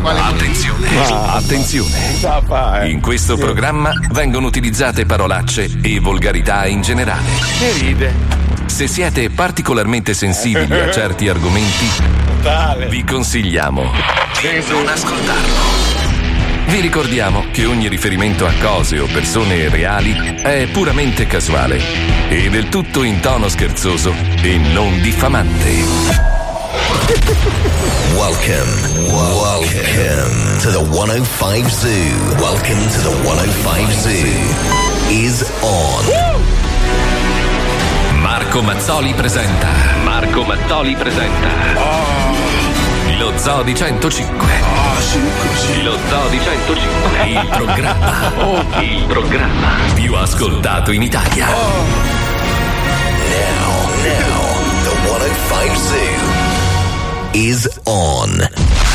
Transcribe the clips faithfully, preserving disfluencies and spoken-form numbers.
Attenzione, attenzione. In questo programma vengono utilizzate parolacce e volgarità in generale. Che ride. Se siete particolarmente sensibili a certi argomenti, vi consigliamo di non ascoltarlo. Vi ricordiamo che ogni riferimento a cose o persone reali è puramente casuale e del tutto in tono scherzoso e non diffamante. Welcome, welcome to the one oh five Zoo. Welcome to the one oh five Zoo is on. Marco Mazzoli presenta. Marco Mazzoli presenta. Oh. Lo Zoo di centocinque. Ah, sì, così. Lo Zoo di centocinque. Il programma. Oh. Il programma più ascoltato in Italia. Oh. Now, now, the one oh five Zoo is on.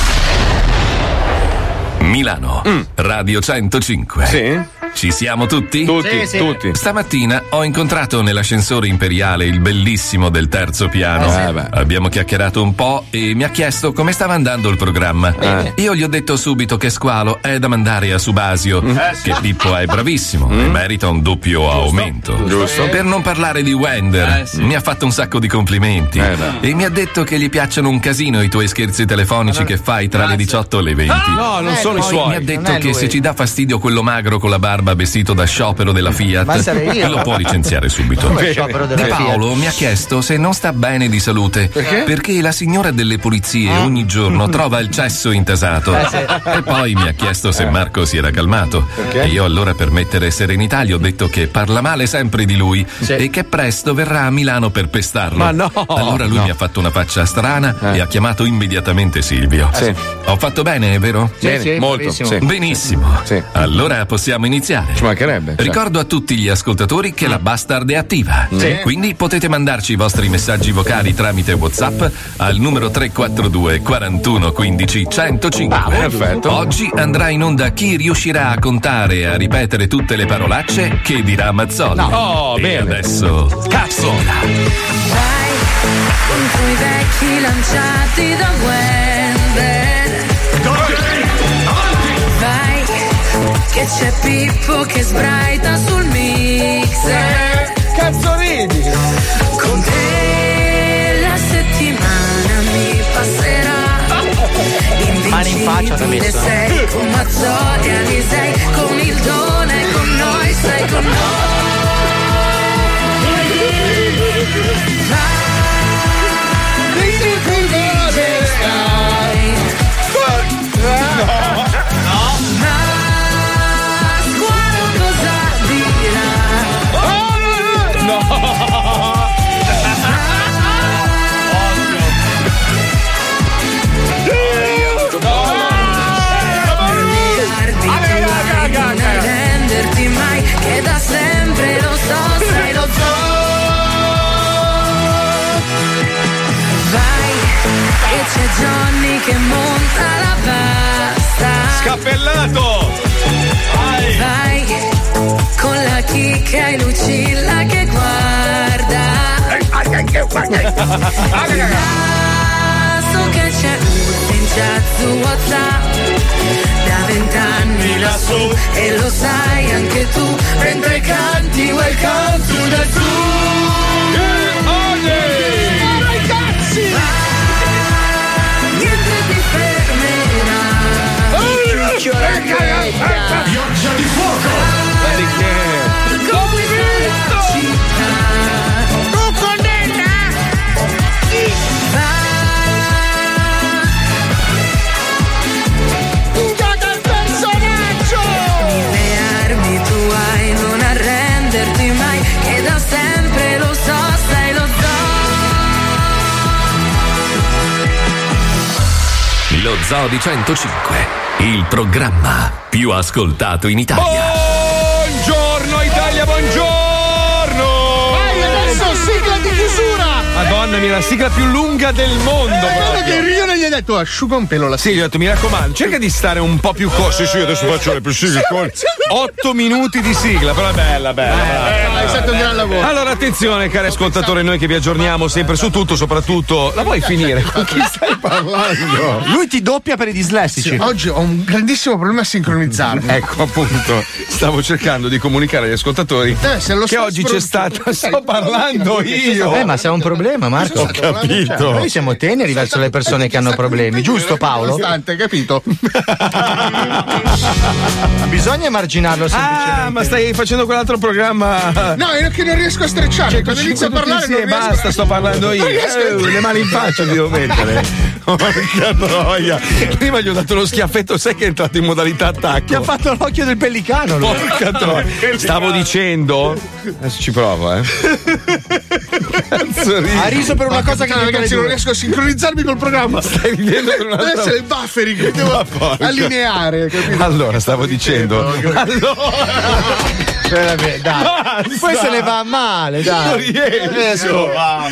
Milano, mm. Radio centocinque. Sì. Ci siamo tutti? Tutti, sì, sì. tutti. Stamattina ho incontrato nell'ascensore imperiale il bellissimo del terzo piano. Eh, beh. Abbiamo chiacchierato un po' e mi ha chiesto come stava andando il programma. Eh. Io gli ho detto subito che Squalo è da mandare a Subasio, Mm. che Pippo è bravissimo mm. e merita un doppio aumento. Giusto. Per non parlare di Wender, Eh, sì. mi ha fatto un sacco di complimenti Eh, beh. e mi ha detto che gli piacciono un casino i tuoi scherzi telefonici che fai tra le diciotto e le venti. No, non sono i Poi suoi. mi ha detto non è che lui. se ci dà fastidio quello magro con la barba vestito da sciopero della Ma Fiat, sarei io. lo può licenziare subito. Come sciopero della De Fiat? Paolo mi ha chiesto se non sta bene di salute. Perché? Perché la signora delle pulizie ogni giorno trova il cesso intasato. Eh, sì. E poi mi ha chiesto se Marco si era calmato. Perché? E io allora, per mettere serenità, gli ho detto che parla male sempre di lui Sì. e che presto verrà a Milano per pestarlo. Ma no! Allora lui No. mi ha fatto una faccia strana Eh. e ha chiamato immediatamente Silvio. Sì. Ho fatto bene, vero? Sì, Bene, sì, molto. bravissimo. Sì. Benissimo. Sì. Allora possiamo iniziare. Ci mancherebbe. cioè. Ricordo a tutti gli ascoltatori che la Bastard è attiva. Sì. Quindi potete mandarci i vostri messaggi vocali tramite WhatsApp al numero tre quattro due quarantuno quindici centocinque. Ah, perfetto. Oggi andrà in onda chi riuscirà a contare e a ripetere tutte le parolacce che dirà Mazzoli. Oh, e bene. adesso cazzo. Vai con i tuoi vecchi lanciati da Wender. Vai che c'è Pippo che sbraita sul mixer. Cazzo ridi? Con te la settimana mi passerà. Mani in faccia ti ho messo. Sei con Mazzoli e Alisei, con il Done e con noi, sei con noi. Renderti mai che da sempre lo so, sei lo so. Vai, e c'è Johnny che monta la basta. Scappellato! Vai! Vai, con la chicca e Lucilla che guarda. So che c'è un chat su WhatsApp da vent'anni lassù e lo sai anche tu, mentre canti Welcome to the Zoo. Dai cazzi! Niente ti fermerà. Pioggia di fuoco! Vedi che... Come la città. Tu condanna! Gioca il personaggio! Mille armi tu hai, non arrenderti mai, che da sempre lo so, sei lo zoo. Lo Zoo di centocinque, il programma più ascoltato in Italia. Buongiorno Italia, buongiorno! Vai adesso, sigla di chiusura! Madonna Madonna mia, la sigla più lunga del mondo. Guarda che io non gli ho detto asciuga un pelo la Sì, gli ho detto mi raccomando, cerca di stare un po' più corso. Sì, adesso faccio le più sigle con otto minuti di sigla, però è bella, bella. Eh, è stato un gran lavoro. Allora attenzione, cari ascoltatori, noi che vi aggiorniamo sempre su tutto, soprattutto. La vuoi finire? Con chi stai parlando? Lui ti doppia per i dislessici. Sì, oggi ho un grandissimo problema a sincronizzarmi. Ecco, appunto, stavo cercando di comunicare agli ascoltatori eh, se lo che oggi c'è stata. Sto parlando io. Eh, ma sei un problema, Marco. Ho capito. Noi siamo teneri verso le persone che hanno problemi, giusto, Paolo? Hai capito? Bisogna emarginarlo semplicemente. Ah, ma stai facendo quell'alro programma. No, è che non riesco a strecciare. Cioè, quando inizio a parlare non riesco. Basta, sto parlando io. Eh, le mani in faccia devo mettere. Porca noia. Prima gli ho dato lo schiaffetto, sai che è entrato in modalità attacco. Ti ha fatto l'occhio del pellicano. Lui. Porca troia. Stavo dicendo. Adesso ci provo, eh. Cazzo ridi. Ha riso per una Ma cosa che capitano, ragazzi, non riesco a sincronizzarmi col programma. Stai ridendo per un'altra. Deve essere il buffering che devo allineare, capito? Allora, stavo dicendo. Allora. Dai. Basta. Poi se ne va male, dai. Non riesco.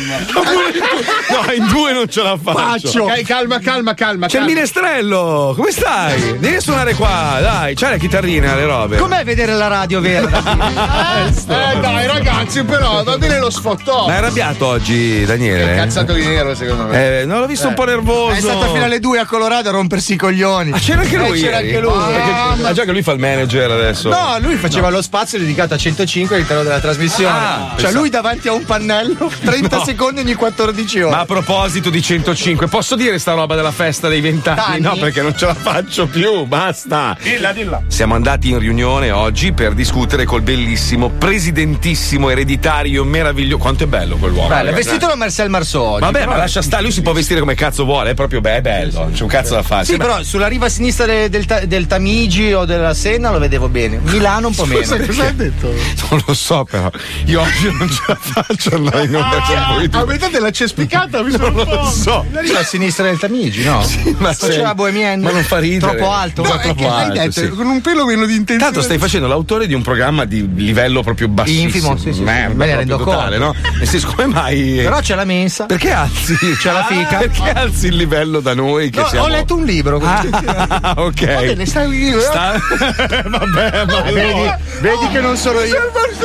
No, in due non ce la faccio. Faccio. Calma, calma, calma. C'è calma. il minestrello. Come stai? Devi suonare qua, dai. C'hai la chitarrina, le robe. Com'è vedere la radio vera? eh, dai, ragazzi, però va bene lo sfottò. Ma è arrabbiato oggi, Daniele? È cazzato di nero, secondo me. Eh, non l'ho visto eh. un po' nervoso. È stato fino alle due a Colorado a rompersi i coglioni. Ah, c'era anche lui. Eh, c'era ieri? anche lui. Ah, ah, già che lui fa il manager adesso. No, lui faceva no. lo spazio dedicato a centocinque all'interno della trasmissione. Ah, cioè lui davanti a un pannello trenta no. secondi ogni quattordici ore. Ma a proposito di centocinque, posso dire sta roba della festa dei vent'anni? No, perché non ce la faccio più, basta. Dilla, dilla. Siamo andati in riunione oggi per discutere col bellissimo, presidentissimo, ereditario, meraviglioso. Quanto è bello quell'uomo. Bello, è vestito da Marcel Marceau. Vabbè, ma lascia stare, lui si può vestire come cazzo vuole, è proprio beh, è bello, c'è un cazzo da fare. Sì, Sembra... però sulla riva sinistra del, del, del Tamigi o della Senna lo vedevo bene. Milano un po' Scusa, meno. Cosa hai detto? Non lo so, però. Io oggi non ce la faccio andare in onda con voi. A metà della cespicata mi sono Non lo so. La riva a sinistra del Tamigi, no? Sì, ma faceva Bohemian. Ma non fa ridere. Troppo alto. No, troppo è che alto. hai detto, sì. con un pelo meno di intenzione. Tanto stai facendo l'autore di un programma di livello proprio bassissimo. Infimo, sì, sì. Merda, me ne rendo totale, conto. no? Nel senso, come mai? Però c'è la mensa. Perché alzi? C'è la fica. Perché alzi il livello da noi? Che No, siamo... ho letto un libro. Ah, ok. Va bene, stai Sta... Vabbè, ma vedi, no. vedi che non sono io.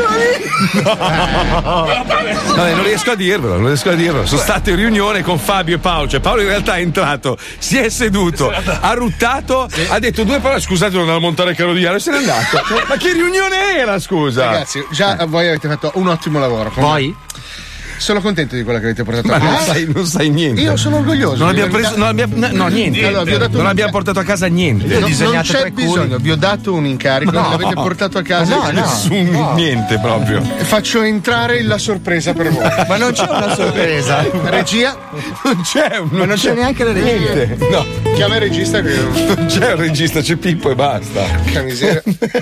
Vabbè, non riesco a dirvelo, non riesco a dirvelo. Sono stato in riunione con Fabio e Paolo. Cioè, Paolo in realtà è entrato, si è seduto, ha ruttato, sì. ha detto due parole. Scusate, non andavo a montare il carodiano e se n'è andato. Ma che riunione era, scusa? Ragazzi, già voi avete fatto un ottimo lavoro. Poi? Sono contento di quello che avete portato Ma a casa. non sai, non sai niente. Io sono orgoglioso. Non abbiamo preso, non abbiamo, no, no, niente. Allora, vi ho dato non un... abbiamo portato a casa niente. No, non c'è tre bisogno, culi. vi ho dato un incarico, no. non l'avete portato a casa. No, no, Nessun no. niente proprio. Faccio entrare la sorpresa per voi. Ma non c'è una sorpresa. Regia? Non c'è un, Ma non c'è neanche la regia. niente. No, Chiama il regista che non c'è un regista, c'è Pippo e basta. Che miseria.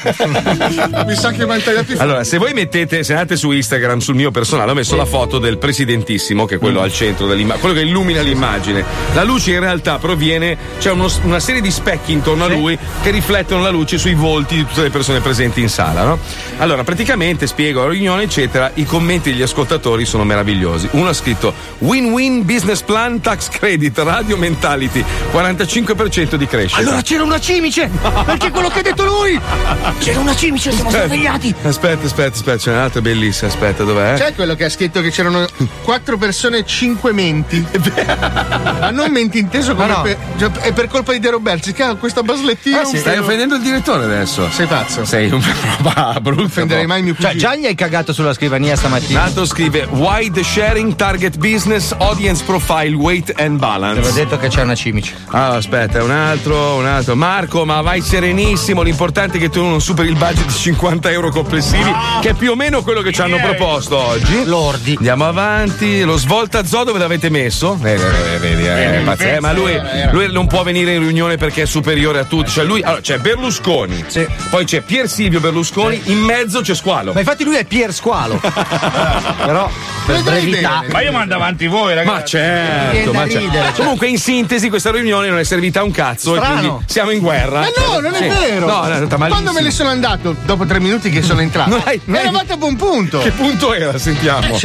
Mi sa che mi hanno tagliato i Allora, se voi mettete, se andate su Instagram, sul mio personale, ho messo la foto del presidentissimo, che è quello al centro dell'immagine, quello che illumina l'immagine. La luce in realtà proviene, c'è uno, una serie di specchi intorno a lui che riflettono la luce sui volti di tutte le persone presenti in sala, no? Allora, praticamente spiego la riunione, eccetera. I commenti degli ascoltatori sono meravigliosi. Uno ha scritto: win-win business plan, tax credit, radio mentality, quarantacinque per cento di crescita. Allora c'era una cimice! Perché quello che ha detto lui! C'era una cimice, siamo svegliati! Aspetta, aspetta, aspetta, c'è un'altra bellissima, aspetta, dov'è? C'è quello che ha scritto che c'erano quattro persone e cinque menti. Ma non menti inteso come no. per, cioè, è per colpa di De Roberto. Si chiama questa baslettina. Ah, sì, stai offendendo il direttore adesso. Sei pazzo. Sei un roba brutta. Non offenderei mai il mio Cioè, cugino. già gli hai cagato sulla scrivania stamattina. L'altro scrive wide sharing, target business, audience profile, weight and balance. Ti avevo detto che c'è una cimice. Ah, aspetta, un altro, un altro. Marco, ma vai serenissimo. L'importante è che tu non superi il budget di cinquanta euro complessivi, ah, che è più o meno quello che ci hanno proposto oggi. Lordi. Andiamo avanti. Lo svolta zoo dove l'avete messo? Eh, eh, vedi, eh, pazzesco. Eh, ma lui, lui non può venire in riunione perché è superiore a tutti. Cioè, lui, allora, c'è Berlusconi, sì. Poi c'è Pier Silvio Berlusconi, in mezzo c'è Squalo. Ma infatti lui è Pier Squalo. Però per brevità. Ma io mando avanti voi, ragazzi. Ma certo, ma certo. Ridere, cioè. Comunque, in sintesi, questa riunione non è servita a un cazzo. Strano. E quindi siamo in guerra. Ma no, non è Sì. vero. No, è andata malissimo. Quando me ne sono andato, dopo tre minuti che sono entrato, Non hai- non hai- eravate a buon punto. Che punto era? Sentiamo. C'era quella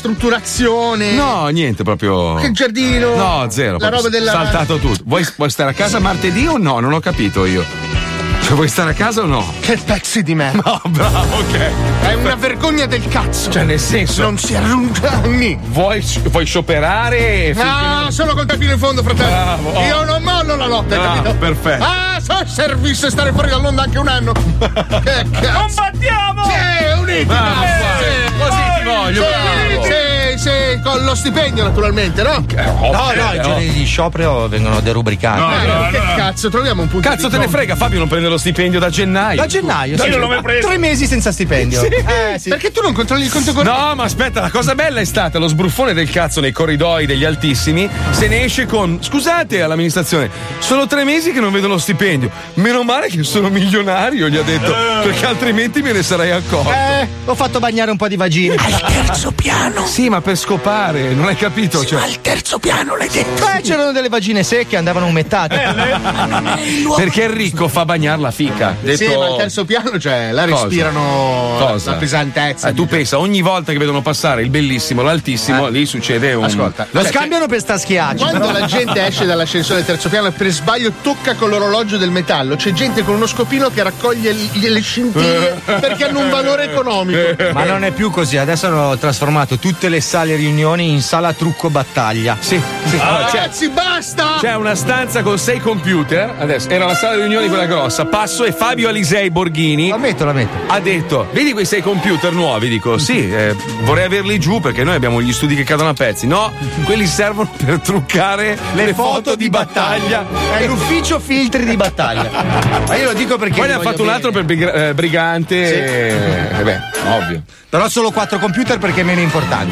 ristrutturazione. No, niente, proprio. Che giardino. No, zero. La roba della. Saltato tutto. Vuoi, vuoi stare a casa martedì o no? Non ho capito io. Cioè, vuoi stare a casa o no? Che pezzi di me. No, bravo, ok. È una vergogna del cazzo. Cioè, nel senso. Non si arruggiani. Vuoi, vuoi scioperare? No, sono col te fino in fondo, fratello. Bravo, oh. Io non mollo la lotta, hai Ah, capito? perfetto. Ah, so servizio stare fuori dall'onda anche un anno. Che cazzo. Combattiamo! Sì, uniti. Bravo, Sì, così ti voglio, bravo. Sì, sì, con lo stipendio naturalmente, no? No, no, i giorni di sciopero vengono derubricati. Eh, che cazzo, troviamo un punto Cazzo di te ne incontro. frega, Fabio non prende lo stipendio da gennaio. Da gennaio, Io sì. non l'ho mai preso. Tre mesi senza stipendio. Sì. Eh, sì. Perché tu non controlli il conto corrente? No, ma aspetta, la cosa bella è stata lo sbruffone del cazzo nei corridoi degli altissimi. Se ne esce con: scusate all'amministrazione, sono tre mesi che non vedo lo stipendio. Meno male che sono milionario, gli ha detto, perché altrimenti me ne sarei accorto. Eh, ho fatto bagnare un po' di vagine. Al terzo piano. Sì, ma per scopare, non hai capito? Cioè, Al terzo piano l'hai detto. Eh, c'erano delle vagine secche, andavano umettate. perché il ricco fa bagnare la fica. Detto... Sì, ma al terzo piano, cioè, là Cosa? respirano Cosa? la pesantezza. Eh, tu pensa, ogni volta che vedono passare il bellissimo, l'altissimo, Eh. lì succede un. Ascolta, Lo cioè, scambiano per sta schiacci. quando però. la gente esce dall'ascensore del terzo piano e per sbaglio tocca con l'orologio del metallo, c'è gente con uno scopino che raccoglie l- le scintille perché hanno un valore economico. Ma non è più così, adesso hanno trasformato tutte le sale riunioni in sala trucco battaglia. Sì, sì. Ah, Allora, c'è, ragazzi, basta! c'è una stanza con sei computer. Adesso era la sala di riunioni quella grossa. Passo e Fabio Alisei Borghini La metto, la metto. ha detto: vedi quei sei computer nuovi? Dico, sì, eh, vorrei averli giù perché noi abbiamo gli studi che cadono a pezzi. No, quelli servono per truccare le, foto, di battaglia. È l'ufficio filtri di battaglia. Ma io lo dico perché. Poi ne ha voglio fatto un bene. altro per Briga- eh, Brigante. Sì. E... eh, beh, ovvio. Però solo quattro computer perché è meno importante.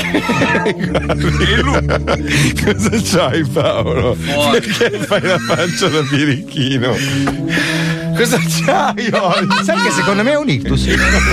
Cosa c'hai, Paolo? Perché fai la pancia da birichino? Cosa c'hai oggi? Sai che secondo me è un ictus.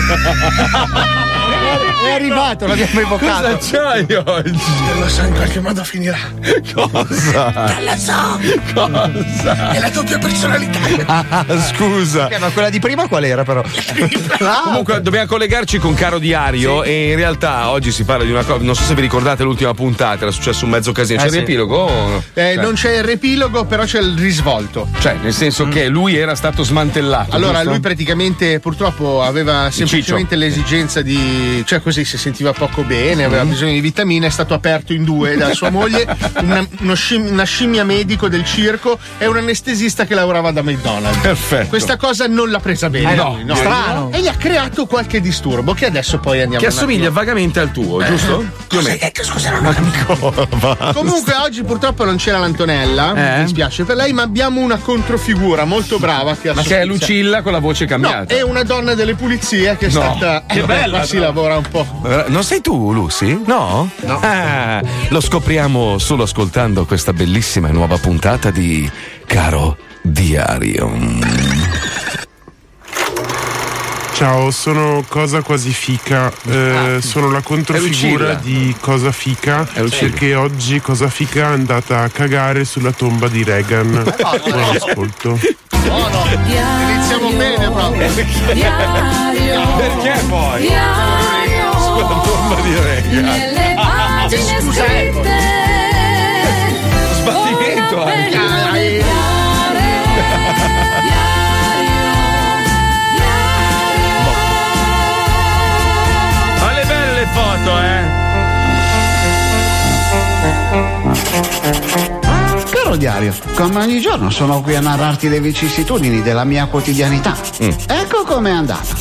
È arrivato, l'abbiamo evocato. Cosa c'hai oggi? Lo so, in qualche modo finirà. Cosa? La so! Cosa? È la doppia personalità. Ah, scusa. Eh, ma quella di prima qual era però? Ah, Comunque dobbiamo collegarci con Caro Diario e in realtà oggi si parla di una cosa, non so se vi ricordate l'ultima puntata, era successo un mezzo casino, c'è Eh, il sì. riepilogo? o no? Eh, Cioè, non c'è il riepilogo, però c'è il risvolto. cioè, nel senso che lui era stato smantellato. Allora, giusto? lui praticamente purtroppo aveva semplicemente l'esigenza di. Cioè, così si sentiva poco bene, aveva bisogno di vitamine, è stato aperto in due da sua moglie, una, uno scim- una scimmia medico del circo e un anestesista che lavorava da McDonald's. Perfetto. Questa cosa non l'ha presa bene. Eh no, lui, no. strano. E gli ha creato qualche disturbo che adesso poi andiamo Che un assomiglia attimo- vagamente al tuo, giusto? Più o meno. detto, scusa, non Comunque oggi purtroppo non c'era l'Antonella, Eh? mi dispiace per lei, ma abbiamo una controfigura molto brava che Ma che è assomiglia- Lucilla con la voce No, cambiata. è una donna delle pulizie che è No. stata. Che eh, bella, qua si no? lavora un po'. Non sei tu, Lucy? No? No. Ah, lo scopriamo solo ascoltando questa bellissima e nuova puntata di Caro Diario. Ciao, sono Cosa Quasi Fica, eh, sono la controfigura Lucilla. di Cosa Fica perché oggi Cosa Fica è andata a cagare sulla tomba di Reagan. Buon ascolto. No, no. Iniziamo bene proprio. Perché poi? Sulla tomba di Reagan. Nelle pagine scusa è? scritte Sbattimento anche. Dai. Ma le belle foto, eh? Caro diario, come ogni giorno sono qui a narrarti le vicissitudini della mia quotidianità. Ecco com'è andata.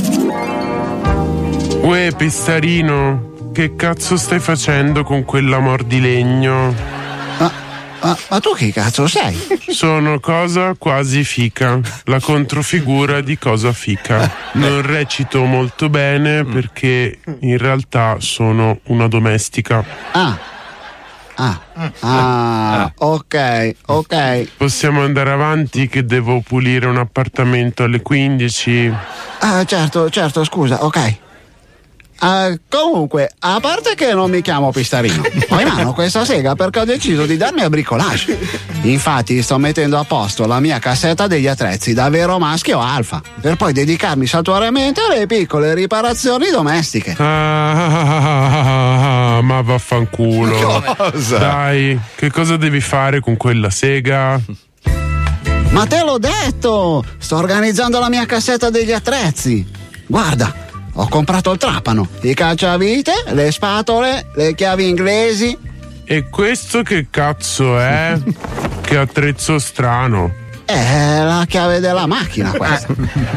Uè, Pestarino, che cazzo stai facendo con quella mordilegno? Ma, ma, ma tu chi cazzo sei? Sono Cosa Quasi Fica, la controfigura di Cosa Fica. Non recito molto bene perché in realtà sono una domestica. Ah. Ah. Ah. Ok, ok. Possiamo andare avanti che devo pulire un appartamento alle quindici. Ah, certo, certo, scusa, ok. Uh, comunque, a parte che non mi chiamo Pistarino, ho in mano questa sega perché ho deciso di darmi a bricolage. Infatti sto mettendo a posto la mia cassetta degli attrezzi da vero maschio alfa, per poi dedicarmi saltuariamente alle piccole riparazioni domestiche. Ah, ah, ah, ah, ma vaffanculo. Cosa? Dai, che cosa devi fare con quella sega? Ma te l'ho detto! Sto organizzando la mia cassetta degli attrezzi. Guarda, ho comprato il trapano, i cacciavite, le spatole, le chiavi inglesi. E questo che cazzo è? Che attrezzo strano. È la chiave della macchina questa.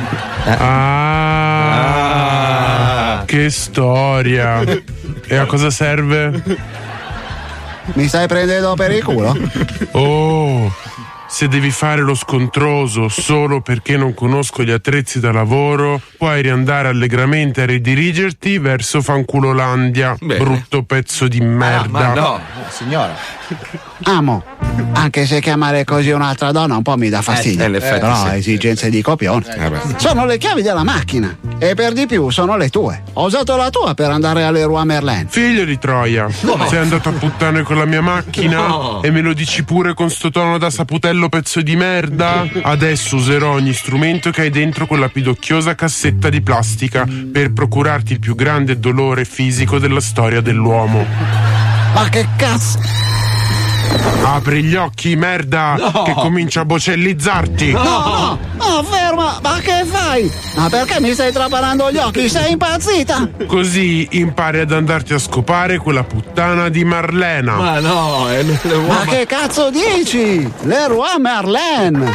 Ah, ah, che storia. E a cosa serve? Mi stai prendendo per il culo? Oh, se devi fare lo scontroso solo perché non conosco gli attrezzi da lavoro, puoi riandare allegramente a ridirigerti verso Fanculolandia. Bene. Brutto pezzo di merda. Ah, ma no, signora. Amo, anche se chiamare così un'altra donna un po' mi dà fastidio. Eh, eh, Però sì. esigenze di copione. Eh, sono le chiavi della macchina e per di più sono le tue. Ho usato la tua per andare alle Leroy Merlin. Figlio di Troia, no. Sei andato a puttane con la mia macchina? No. E me lo dici pure con sto tono da saputello pezzo di merda? Adesso userò ogni strumento che hai dentro quella pidocchiosa cassetta di plastica per procurarti il più grande dolore fisico della storia dell'uomo. Ma che cazzo? Apri gli occhi, merda, no. Che comincia a bocellizzarti. No, no, no, ferma, ma che fai? Ma perché mi stai trapanando gli occhi? Sei impazzita? Così impari ad andarti a scopare quella puttana di Marlena. Ma no, è Leroy. Ma che cazzo dici? Leroy Merlin.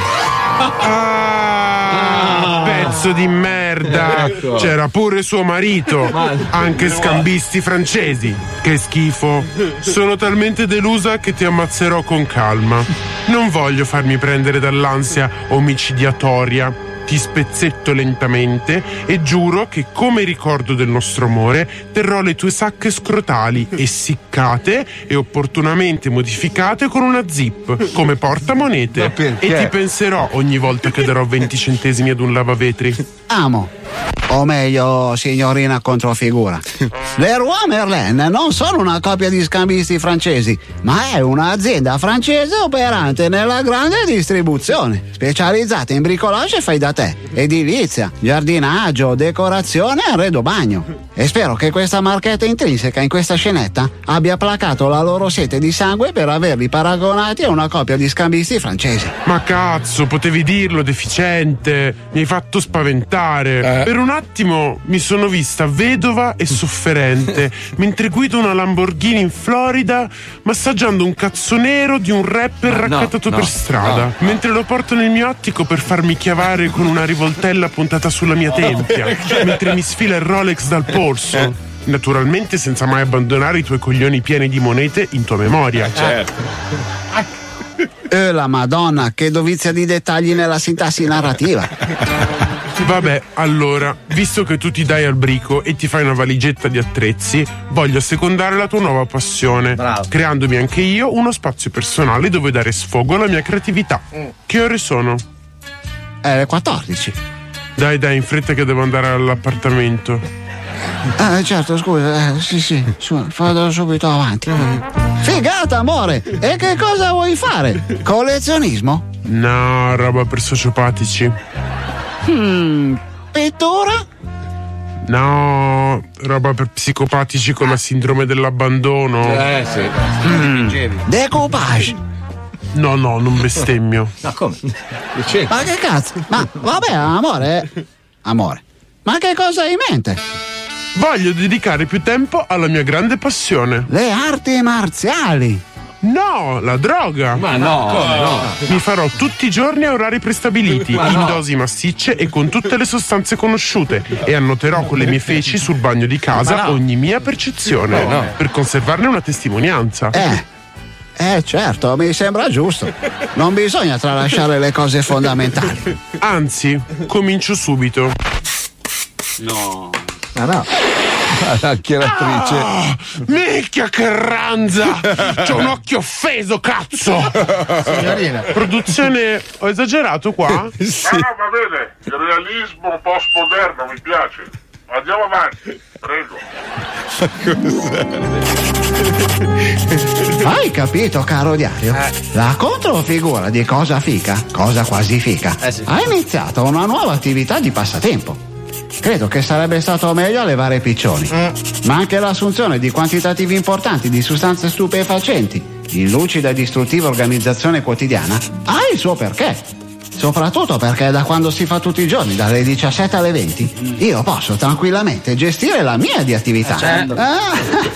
Ah, pezzo di merda. Ecco. C'era pure suo marito. Ma... anche scambisti francesi. Che schifo. Sono talmente delusa che ti ammazzerò con calma. Non voglio farmi prendere dall'ansia omicidiatoria. Ti spezzetto lentamente e giuro che, come ricordo del nostro amore, terrò le tue sacche scrotali essiccate e opportunamente modificate con una zip come portamonete. E ti penserò ogni volta che darò venti centesimi ad un lavavetri. Amo, o meglio signorina controfigura. Leroy Merlin non sono una coppia di scambisti francesi, ma è un'azienda francese operante nella grande distribuzione, specializzata in bricolage e fai da te, edilizia, giardinaggio, decorazione e arredo bagno. E spero che questa marchetta intrinseca in questa scenetta abbia placato la loro sete di sangue per averli paragonati a una coppia di scambisti francesi. Ma cazzo, potevi dirlo, deficiente. Mi hai fatto spaventare. Eh. Per un attimo mi sono vista vedova e sofferente mentre guido una Lamborghini in Florida massaggiando un cazzo nero di un rapper raccattato no, no, per strada, no, mentre lo porto nel mio attico per farmi chiavare con una rivoltella puntata sulla mia tempia, mentre mi sfila il Rolex dal polso. Naturalmente senza mai abbandonare i tuoi coglioni pieni di monete in tua memoria. Eh, certo. Eh, la Madonna, che dovizia di dettagli nella sintassi narrativa. Vabbè, allora, visto che tu ti dai al brico e ti fai una valigetta di attrezzi, voglio assecondare la tua nuova passione. Bravo. Creandomi anche io uno spazio personale dove dare sfogo alla mia creatività. Mm. Che ore sono? Eh, le quattordici. Dai, dai, in fretta che devo andare all'appartamento. Eh, certo, scusa, eh, sì, sì, su, vado subito avanti. Figata, amore! E che cosa vuoi fare? Collezionismo? No, roba per sociopatici. Hmm, pittura? No, roba per psicopatici con la sindrome dell'abbandono. Eh, sì. Mm. Decoupage? No, no, non bestemmio. Ma come? Ma che cazzo? Ma vabbè, amore. Amore. Ma che cosa hai in mente? Voglio dedicare più tempo alla mia grande passione. Le arti marziali. No, la droga. Ma no, come no? Mi farò tutti i giorni a orari prestabiliti, Ma in no. dosi massicce e con tutte le sostanze conosciute, e annoterò con le mie feci sul bagno di casa no. ogni mia percezione, no. per conservarne una testimonianza. Eh, eh certo, mi sembra giusto. Non bisogna tralasciare le cose fondamentali. Anzi, comincio subito. No. Ah no. La chiaratrice. Ah, minchia che ranza! C'ho un occhio offeso, cazzo! Signorina. Produzione, ho esagerato qua? Sì. No, no, va bene, il realismo postmoderno mi piace. Andiamo avanti, prego. Hai capito, caro diario? Eh. La controfigura di Cosa Fica, cosa quasi fica, eh sì. ha iniziato una nuova attività di passatempo. Credo che sarebbe stato meglio allevare piccioni, mm. ma anche l'assunzione di quantitativi importanti di sostanze stupefacenti in lucida e distruttiva organizzazione quotidiana ha il suo perché. Soprattutto perché da quando si fa tutti i giorni, dalle diciassette alle venti, io posso tranquillamente gestire la mia di attività. Certo. Ah.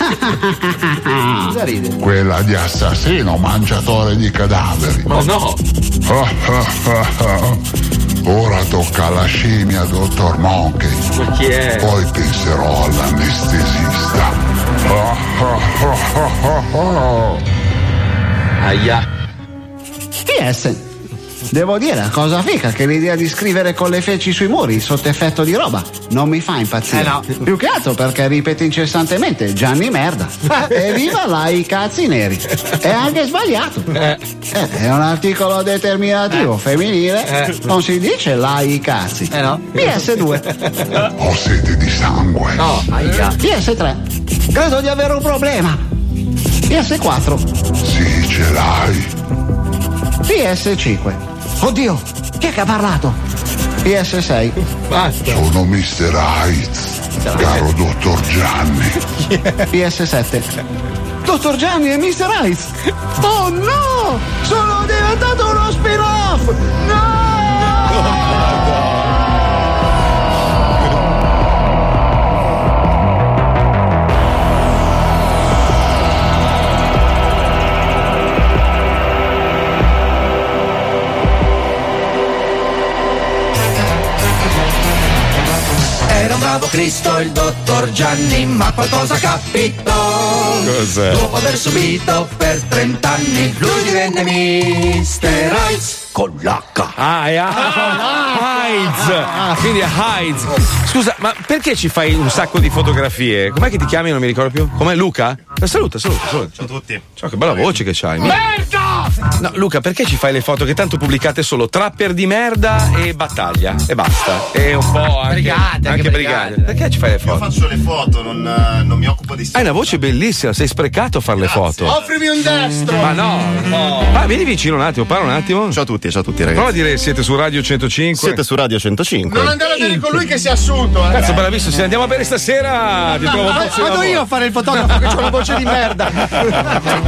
Quella di assassino mangiatore di cadaveri. Ma no! Ora tocca alla scimmia, dottor Monkey. Ma chi è? Poi penserò all'anestesista. Aia. P S. Devo dire a Cosa Fica che l'idea di scrivere con le feci sui muri sotto effetto di roba non mi fa impazzire. Eh no. Più che altro perché ripete incessantemente Gianni merda. E viva là i cazzi neri. È anche sbagliato. Eh. Eh, è un articolo determinativo eh. femminile. Eh. Non si dice là i cazzi. Eh no. P S due. Ho sete di sangue. No, aia. P S tre. Credo di avere un problema. P S quattro. Sì, ce l'hai. P S cinque. Oddio, chi è che ha parlato? P S sei. Basta. Sono mister Heights, caro dottor Gianni. P S sette. Dottor Gianni e mister Heights. Oh no! Sono diventato uno spin-off! No! Era un bravo Cristo il dottor Gianni, ma qualcosa capitò. Cos'è? Dopo aver subito per trent'anni, lui divenne mister Heights con l'H. Ah, è Heights. Quindi è Heights. Scusa, ma perché ci fai un sacco di fotografie? Com'è che ti chiami? Non mi ricordo più. Com'è Luca? Saluta, saluta, saluta. Ciao a tutti. Ciao, che bella voce che c'hai. Merda! No, Luca, perché ci fai le foto che tanto pubblicate solo trapper di merda e battaglia? E basta. E un po' anche brigate, anche anche brigate. brigate. Perché ci fai le Io foto? faccio le foto, non, non mi occupo di. Hai una voce bellissima, sei sprecato a fare le foto. Offrimi un destro. Ma no, no. Ah, vieni vicino un attimo, parla un attimo. Ciao a tutti, ciao a tutti ragazzi. Prova a dire siete su Radio centocinque. Siete su Radio centocinque. Non andare a bere con lui che si è assunto. Eh. Cazzo, bella visto, se andiamo a bere stasera ti trovo un po' Vado io a fare il fotografo che ho una voce di merda.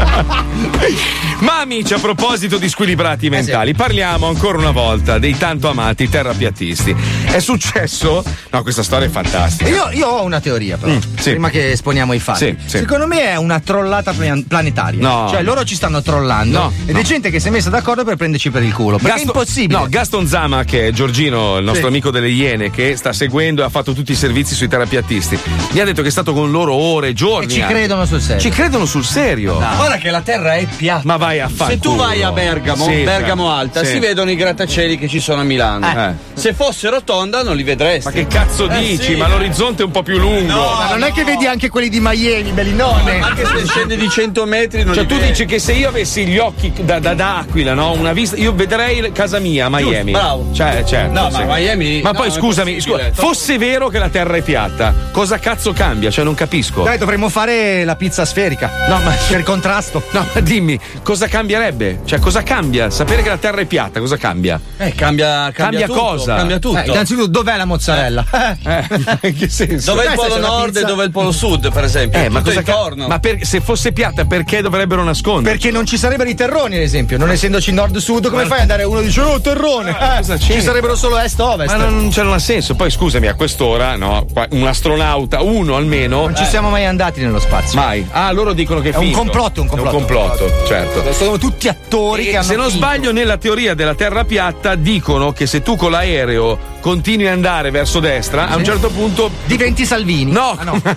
Ma amici, a proposito di squilibrati mentali, parliamo ancora una volta dei tanto amati terrapiattisti. È successo? No, questa storia è fantastica. Io, io ho una teoria, però. Mm, sì. Prima che esponiamo i fatti. Sì, sì. Secondo me è una trollata plan- planetaria. No. Cioè, loro ci stanno trollando. No, ed no. è gente che si è messa d'accordo per prenderci per il culo. Perché Gaston, è impossibile. No, Gaston Zama, che è Giorgino, il nostro sì. amico delle Iene, che sta seguendo e ha fatto tutti i servizi sui terrapiattisti, mi ha detto che è stato con loro ore, giorni. E ci anche. credono sul serio. Ci credono sul serio. No. Guarda che la terra è piatta. Ma vai a fare. Se tu vai a Bergamo, sì, Bergamo Alta, sì. si vedono i grattacieli che ci sono a Milano. Eh. Se fosse rotonda non li vedresti. Ma che cazzo eh, dici? sì. Ma l'orizzonte è un po' più lungo. No, ma non no. è che vedi anche quelli di Miami, Bellinone. Anche se scende di cento metri non Cioè li tu vedi. dici che se io avessi gli occhi da, da, da aquila, no? Una vista, io vedrei casa mia a Miami. Giusto, bravo. Cioè, certo. No, sì. ma Miami. Ma no, poi non è scusami, scu- possibile. fosse vero che la terra è piatta, cosa cazzo cambia? Cioè non capisco. Dai, dovremmo fare la pizza sferica. No, ma per contrasto. No, ma dimmi, cosa cambierebbe? Cioè, cosa cambia? Sapere che la terra è piatta, cosa cambia? Eh, cambia, cambia, Cambia tutto, cosa? Cambia tutto. Eh, innanzitutto, dov'è la mozzarella? Eh, in che senso? Dov'è il Dai, polo se la nord pizza- e dov'è il polo sud, per esempio? Eh, ma Tutto cosa ca- intorno. Ma per- se fosse piatta, perché dovrebbero nascondere? Perché non ci sarebbero i terroni, ad esempio. Non essendoci nord-sud, come Ma- fai ad andare uno dice oh terrone? Eh, cosa ci c'entra? sarebbero solo est-ovest. Ma non, cioè, non ha senso. Poi scusami, a quest'ora, no? qua- Un astronauta, uno almeno. Non ci siamo mai andati nello spazio. Mai. Ah, loro dicono che è, È un finto. complotto, un complotto. È un complotto, certo. Sono tutti attori E che hanno se non finto. sbaglio, nella teoria della terra piatta dicono che se tu con l'aereo continui ad andare verso destra, a un certo punto diventi Salvini. No, Ah, no.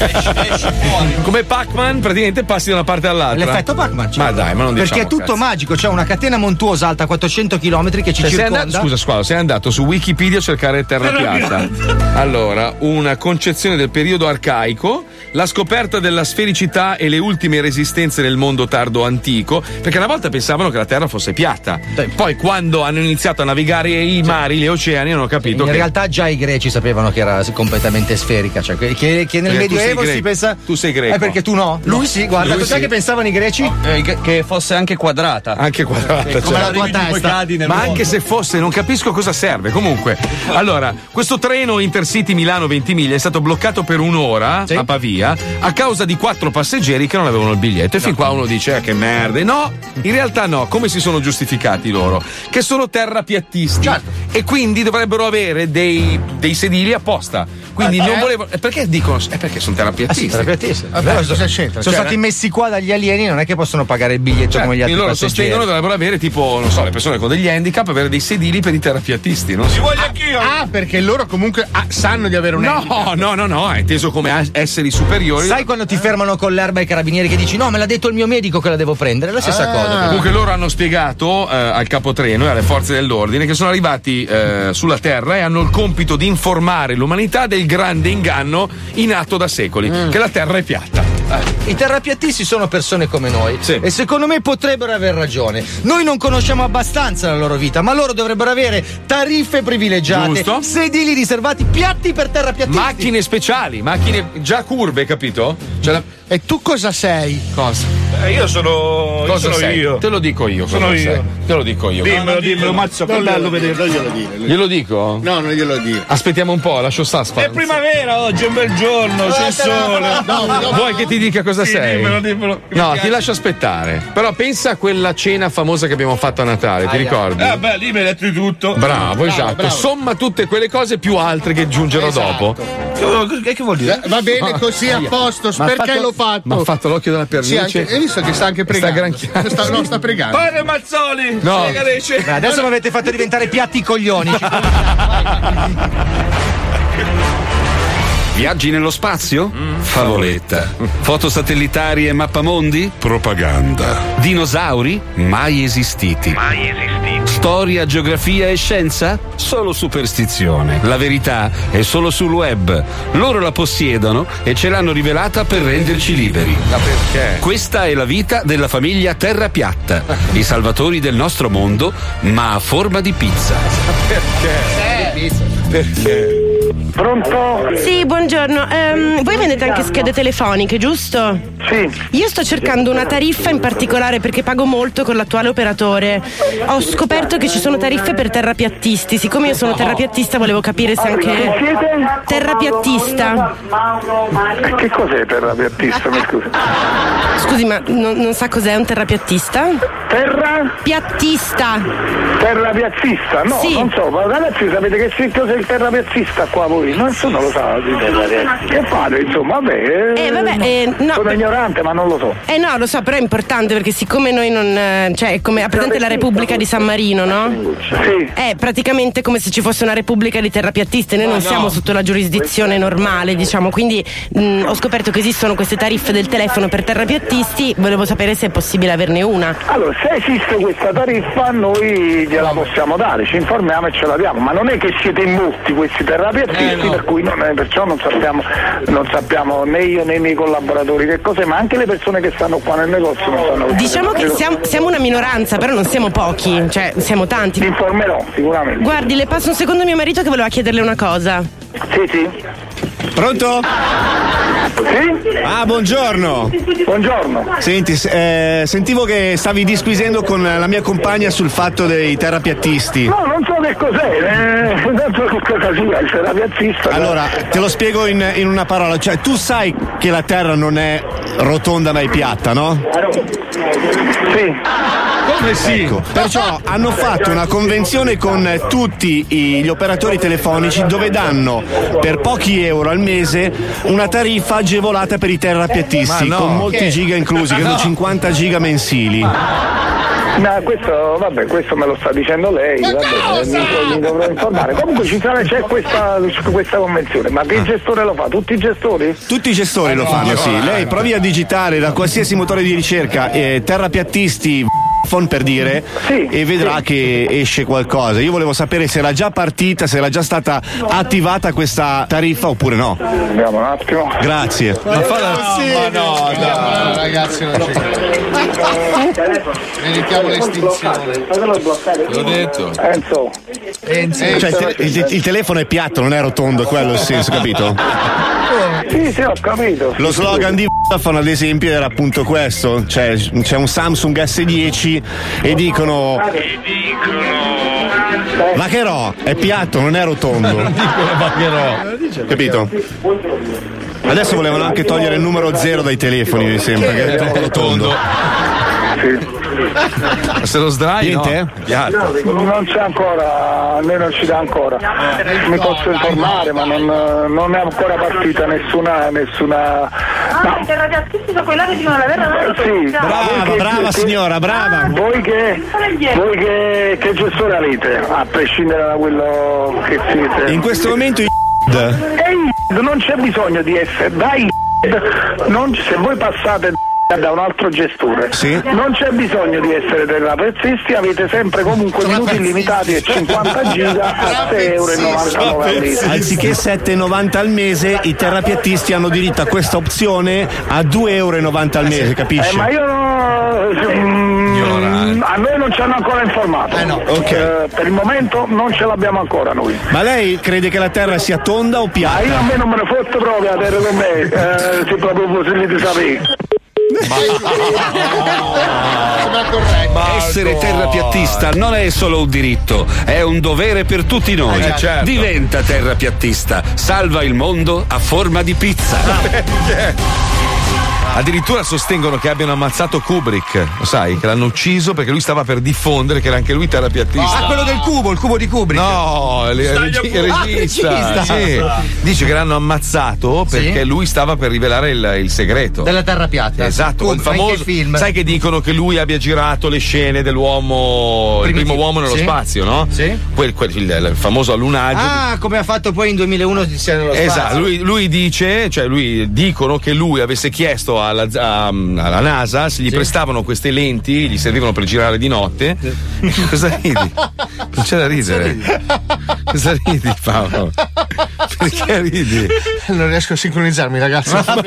come, come Pac-Man, praticamente passi da una parte all'altra. L'effetto Pac-Man. Ma dai, ma non diciamo. Perché è tutto cazzo. magico, c'è una catena montuosa alta quattrocento chilometri che ci Cioè, sei circonda. andato, scusa Squalo, sei andato su Wikipedia a cercare terra piatta. Allora, una concezione del periodo arcaico, la scoperta della sfericità e le ultime resistenze nel mondo tardo antico, perché Perché una volta pensavano che la Terra fosse piatta. Poi quando hanno iniziato a navigare i mari, gli oceani, hanno capito in che realtà già i greci sapevano che era completamente sferica, cioè che, che, che nel Perché tu Medioevo sei si greco. pensa. Tu sei greco. Eh, perché tu no? Lui sì, guarda, Lui cos'è sì. che pensavano i greci? Eh, che- che fosse anche quadrata. Anche quadrata, Come cioè. la tua testa. Ma anche se fosse, non capisco cosa serve. Comunque, allora, questo treno Intercity Milano-Ventimiglia è stato bloccato per un'ora a Pavia a causa di quattro passeggeri che non avevano il biglietto. E fin qua uno dice, eh, che merda. No, in realtà no. Come si sono giustificati loro? Che sono terrapiattisti. E quindi dovrebbero avere dei, dei sedili apposta. Quindi Ah, non eh? volevano. eh, Perché dicono? È perché sono terrapiattisti. Ah, sì, terrapiattisti. Vabbè, Però cosa sono, c'entra? sono Cioè, stati messi qua dagli alieni, non è che possono pagare il biglietto Cioè, come gli altri loro passeggeri. sostengono che dovrebbero avere tipo, non so, le persone con degli handicap, avere dei sedili per i terrapiattisti. Non si voglio anch'io. Ah, perché loro comunque ah, sanno di avere un No, handicap. no, no, no, è inteso come as- esseri superiori. Sai quando ti fermano con l'erba i carabinieri che dici no, me l'ha detto il mio medico che la devo prendere? È la stessa Ah. cosa. Comunque loro hanno spiegato eh, al capotreno e alle forze dell'ordine che sono arrivati eh, sulla Terra e hanno il compito di informare l'umanità del grande inganno in atto da secoli, Mm. che la Terra è piatta. I terrapiattisti sono persone come noi e secondo me potrebbero aver ragione. Noi non conosciamo abbastanza la loro vita, ma loro dovrebbero avere tariffe privilegiate, Giusto. sedili riservati, piatti per terrapiattisti. Macchine speciali, macchine già curve, capito? Cioè la- E tu cosa sei? Cosa? Eh, io sono. Cosa sono sei? io. Te lo dico io. Sono cosa io. sei. Te lo dico io. Dimmelo, dimmelo, mazzo, che Non bello glielo vedere. dire, non glielo dire. Glielo dico? No, non glielo dire. Aspettiamo un po', lascio suspense. È primavera oggi, è un bel giorno, c'è il sole. Vuoi che ti dica cosa Sì, sei? dimmelo, dimmelo. No, Mi ti piace. lascio aspettare. Però pensa a quella cena famosa che abbiamo fatto a Natale, ti ricordi? Eh beh, lì mi hai detto di tutto. Bravo, esatto. Somma tutte quelle cose più altre che aggiungerò dopo. Che, che vuol dire? Va bene così, a posto. Ma ha Perché fatto- l'ho fatto? Ma ha fatto l'occhio della Sì, pernice. anche, hai visto che sta anche Sta pregando. granchiando. Sta, no, sta pregando. Padre Mazzoli, No. Segalece. Beh, adesso mi avete fatto diventare piatti coglioni. Viaggi nello spazio? Favoletta. Foto satellitari e mappamondi? Propaganda. Dinosauri? Mai esistiti. Mai esistiti. Storia, geografia e scienza? Solo superstizione. La verità è solo sul web. Loro la possiedono e ce l'hanno rivelata per renderci liberi. Ma perché? Questa è la vita della famiglia Terra Piatta, i salvatori del nostro mondo, ma a forma di pizza. Perché? Perché? Pronto? Sì, buongiorno. Ehm, voi vendete anche schede telefoniche, giusto? Sì. Io sto cercando una tariffa in particolare perché pago molto con l'attuale operatore. Ho scoperto che ci sono tariffe per terrapiattisti. Siccome io sono terrapiattista volevo capire se anche... Siete? Terrapiattista. Che cos'è terrapiattista, mi scusi? Scusi, ma non, non sa cos'è un terrapiattista? Terra? Piattista. Terrapiattista? No, Sì. non so, ma ragazzi sapete che scritto c'è il terrapiattista qua voi? Nessuno lo sa di terrapiattista. Che fate, insomma, vabbè. Eh, vabbè, eh, no. Sono ignorante, ma non lo so. Eh no, lo so, però è importante perché siccome noi non... eh, cioè, è come ha presente la Repubblica di San Marino, no? Sì. È praticamente come se ci fosse una Repubblica di terrapiattiste, noi non siamo sotto la giurisdizione normale, diciamo, quindi mh, ho scoperto che esistono queste tariffe del telefono per terrapiattisti, volevo sapere se è possibile averne una. Allora, se esiste questa tariffa noi gliela possiamo dare, ci informiamo e ce la diamo, ma non è che siete in molti questi terrapiattisti, per cui non, perciò non sappiamo, non sappiamo né io né i miei collaboratori che cos'è, ma anche le persone che stanno qua nel negozio non sanno. Diciamo che siamo, siamo una minoranza, però non siamo pochi, cioè siamo tanti. Mi informerò sicuramente. Guardi, le passo un secondo a mio marito che voleva chiederle una cosa. Sì, sì. Pronto? Sì? Ah, buongiorno. Buongiorno. Senti, s- eh, sentivo che stavi disquisendo con la mia compagna sul fatto dei terrapiattisti. No, non so che cos'è, eh, non so che cosa sia il terrapiattista. Allora, te lo spiego in, in una parola, cioè tu sai che la Terra non è rotonda ma è piatta, no? Sì. Come sì? Ecco, perciò hanno fatto una convenzione con tutti i- gli operatori telefonici dove danno per pochi euro al mese una tariffa agevolata per i terrapiattisti, Ma no. con molti Che? giga inclusi, credo No. cinquanta giga mensili. No, questo, vabbè, questo me lo sta dicendo lei, vabbè, mi, mi dovrò informare. Comunque ci sarà, c'è questa, questa convenzione, ma che gestore lo fa? Tutti i gestori? Tutti i gestori lo fanno, sì. Lei provi a digitare da qualsiasi motore di ricerca eh, terrapiattisti per dire, e vedrà che esce qualcosa. Io volevo sapere se era già partita, se era già stata attivata questa tariffa oppure no. Andiamo un attimo. Grazie. Ma fa la... Ma no, no, ragazzi, non c'è. Meritiamo l'estinzione. L'ho detto. Enzo. Enzo. Cioè, il, te- il, il telefono è piatto, non è rotondo, è quello il senso, capito? Sì, sì, ho capito. Lo slogan di Vodafone, ad esempio, era appunto questo: cioè, c'è un Samsung S dieci e dicono. Vacherò, è piatto, non è rotondo. Dicono Vacherò. Capito? Adesso volevano anche togliere il numero zero dai telefoni, mi sembra, che è troppo rotondo. Ma se lo sdrai, niente? No? Non c'è ancora, a noi non ci dà ancora. Mi posso informare, ma non, non è ancora partita nessuna nessuna. Ah, i terrapiattisti sono quella che dicono la verità? Sì, brava, che, brava che, signora, brava. Voi che voi che, che gestore avete, a prescindere da quello che siete? In questo momento i E non c'è bisogno di essere dai non, se voi passate da un altro gestore, sì, non c'è bisogno di essere terrapiattisti, avete sempre comunque minuti illimitati e cinquanta giga a sei euro e novantanove al mese. Anziché sette e novanta al mese, i terrapiattisti hanno diritto a questa opzione a due euro e novanta al mese, capisci? Eh, ma io mm, a noi non ci hanno ancora informato. Eh no. Okay. Eh, per il momento non ce l'abbiamo ancora noi. Ma lei crede che la terra sia tonda o piatta? Ma io a me non me ne fotto proprio la terra con me, eh, se proprio volete sapere. Ma essere terrapiattista non è solo un diritto, è un dovere per tutti noi. Eh, certo. Diventa terrapiattista, salva il mondo a forma di pizza. Addirittura sostengono che abbiano ammazzato Kubrick, lo sai, che l'hanno ucciso perché lui stava per diffondere che era anche lui terrapiattista. Ah, quello del cubo, il cubo di Kubrick. No, il, regi- il regista. Ah, regista. Sì. Dice che l'hanno ammazzato perché sì? lui stava per rivelare il, il segreto della terra piatta. Esatto, Kubrick, il famoso film. Sai che dicono che lui abbia girato le scene dell'uomo, Primitivo. il primo uomo nello sì? spazio, no? Sì. Quel, quel, il, il famoso allunaggio. Ah, di... come ha fatto poi in duemilauno di Sia nello spazio. Esatto, lui, lui dice, cioè lui dicono che lui avesse chiesto alla, a, alla NASA se gli sì. prestavano queste lenti, gli servivano per girare di notte. Sì. Cosa ridi? Non c'è da ridere. Cosa ridi, Paolo? Perché ridi? Non riesco a sincronizzarmi, ragazzi. Siamo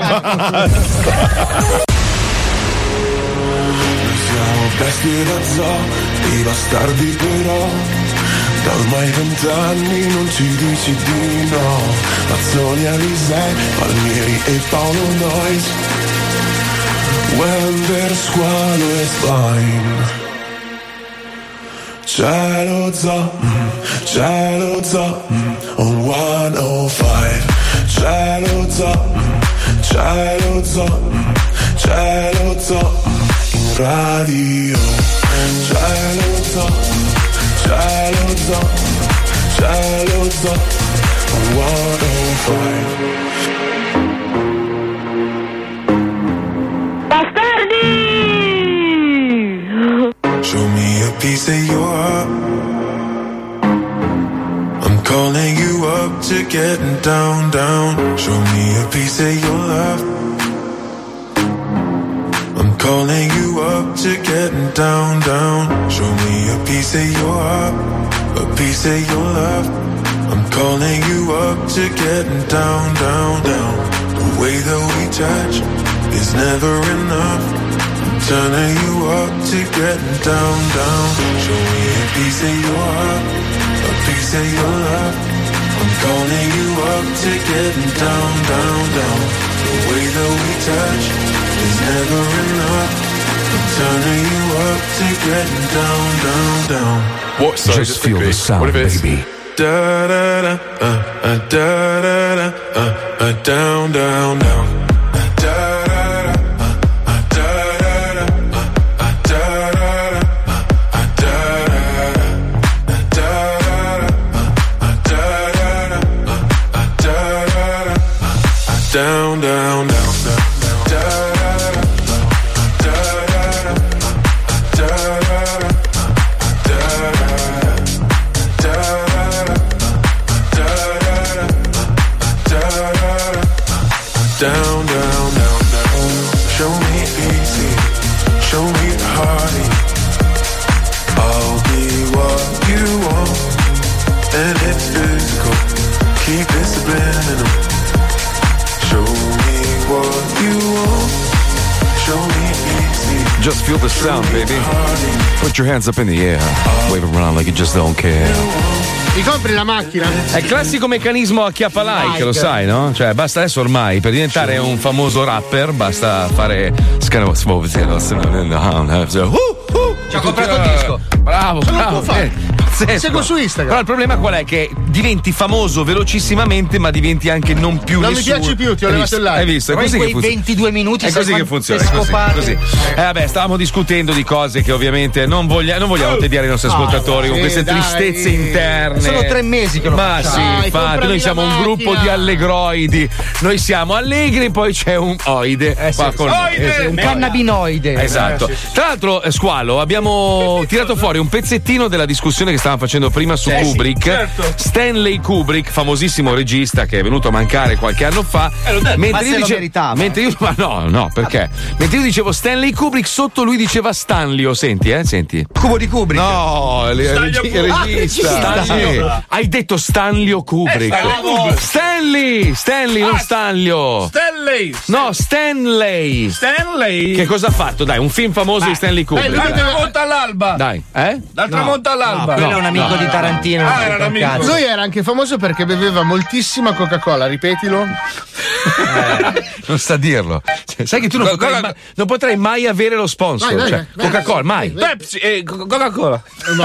vestiti da zoo, i bastardi però. Da ormai vent'anni non ci dici di no. Mazzoni, Alisei, Palmieri e Paolo Noyes. When their squalo is fine. Cielo zoo, cielo zoo, on centocinque. Cielo zoo, cielo zoo, cielo zoo, in radio. Cielo zoo, cielo zoo, cielo zoo, on centocinque. Show me a piece of your heart. I'm calling you up to getting down, down. Show me a piece of your love. I'm calling you up to getting down, down. Show me a piece of your heart, a piece of your love. I'm calling you up to getting down, down, down. The way that we touch is never enough. Turning you up to getting down, down. Show me a piece of your heart, a piece of your love. I'm calling you up to getting down, down, down. The way that we touch is never enough. I'm turning you up to getting down, down, down. What? Sorry, just, just feel the sound, what baby. Da da da, uh, uh, da da da, uh, uh, down, down, down. Down, down, down, down, down, down, down. Show me easy, show me the hearty. and it's physical. Keep it subliminal. Show me what you want. Show me easy. Just feel the sound, baby. Put your hands up in the air. Wave around like you just don't care. Mi compri la macchina? È il classico meccanismo acchiappa like, Like. lo sai, no? Cioè, basta adesso ormai, per diventare un famoso rapper, basta fare. Ci ha comprato il disco. Bravo, Ce lo bravo. può fare. eh, pazzesco. Seguo su Instagram. Però il problema qual è? Che diventi famoso velocissimamente, ma diventi anche non più Non mi nessuno. piaci più, ti ho Hai levato visto? il like. Hai visto? È Però in così che quei funziona. ventidue minuti È sai così che quante funziona. È così, scopate. così. Eh vabbè, stavamo discutendo di cose che ovviamente non, voglia- non vogliamo tediare i nostri Ah, ascoltatori con sì, queste dai. tristezze interne. Sono tre mesi che lo Ma facciamo. sì, Dai, infatti, comprami noi la siamo un macchina. gruppo di allegroidi. Noi siamo allegri, poi c'è un oide. qua con noi. Eh sì, un cannabinoide. Esatto. Eh, sì. Tra l'altro, eh, Squalo, abbiamo tirato fuori un pezzettino della discussione che stavamo facendo prima su Sì, sì, Kubrick. certo. Stanley Kubrick, famosissimo regista che è venuto a mancare qualche anno fa. Eh, l'ho detto, ma se lo dice- meritava. mentre io, ma no, no, perché? Mentre io dicevo Stanley Kubrick, sotto lui diceva Stanlio. Senti, eh, senti. Cubo di Kubrick. No, il Stanlio regi- il Kubrick. regista. Ah, Stanlio. sì. Hai detto Stanlio Kubrick. Eh, Stanley. Stanley, Stanley, non Stanlio. Stanley. No, Stanley. Stanley. Che cosa ha fatto? Dai, un film famoso di Stanley Kubrick. Dal Dai. tramonto all'alba. Dai, eh? Dal tramonto all'alba. quello è un amico di Tarantino. Ah, era un amico. Lui era anche famoso perché beveva moltissima Coca-Cola, ripetilo. Eh, non sta a dirlo. Cioè, sai che tu non Co- potrai, Coca- ma- non potrai mai avere lo sponsor. Vai, vai, cioè, vai, Coca-Cola, mai. Pepsi e Co- Coca-Cola.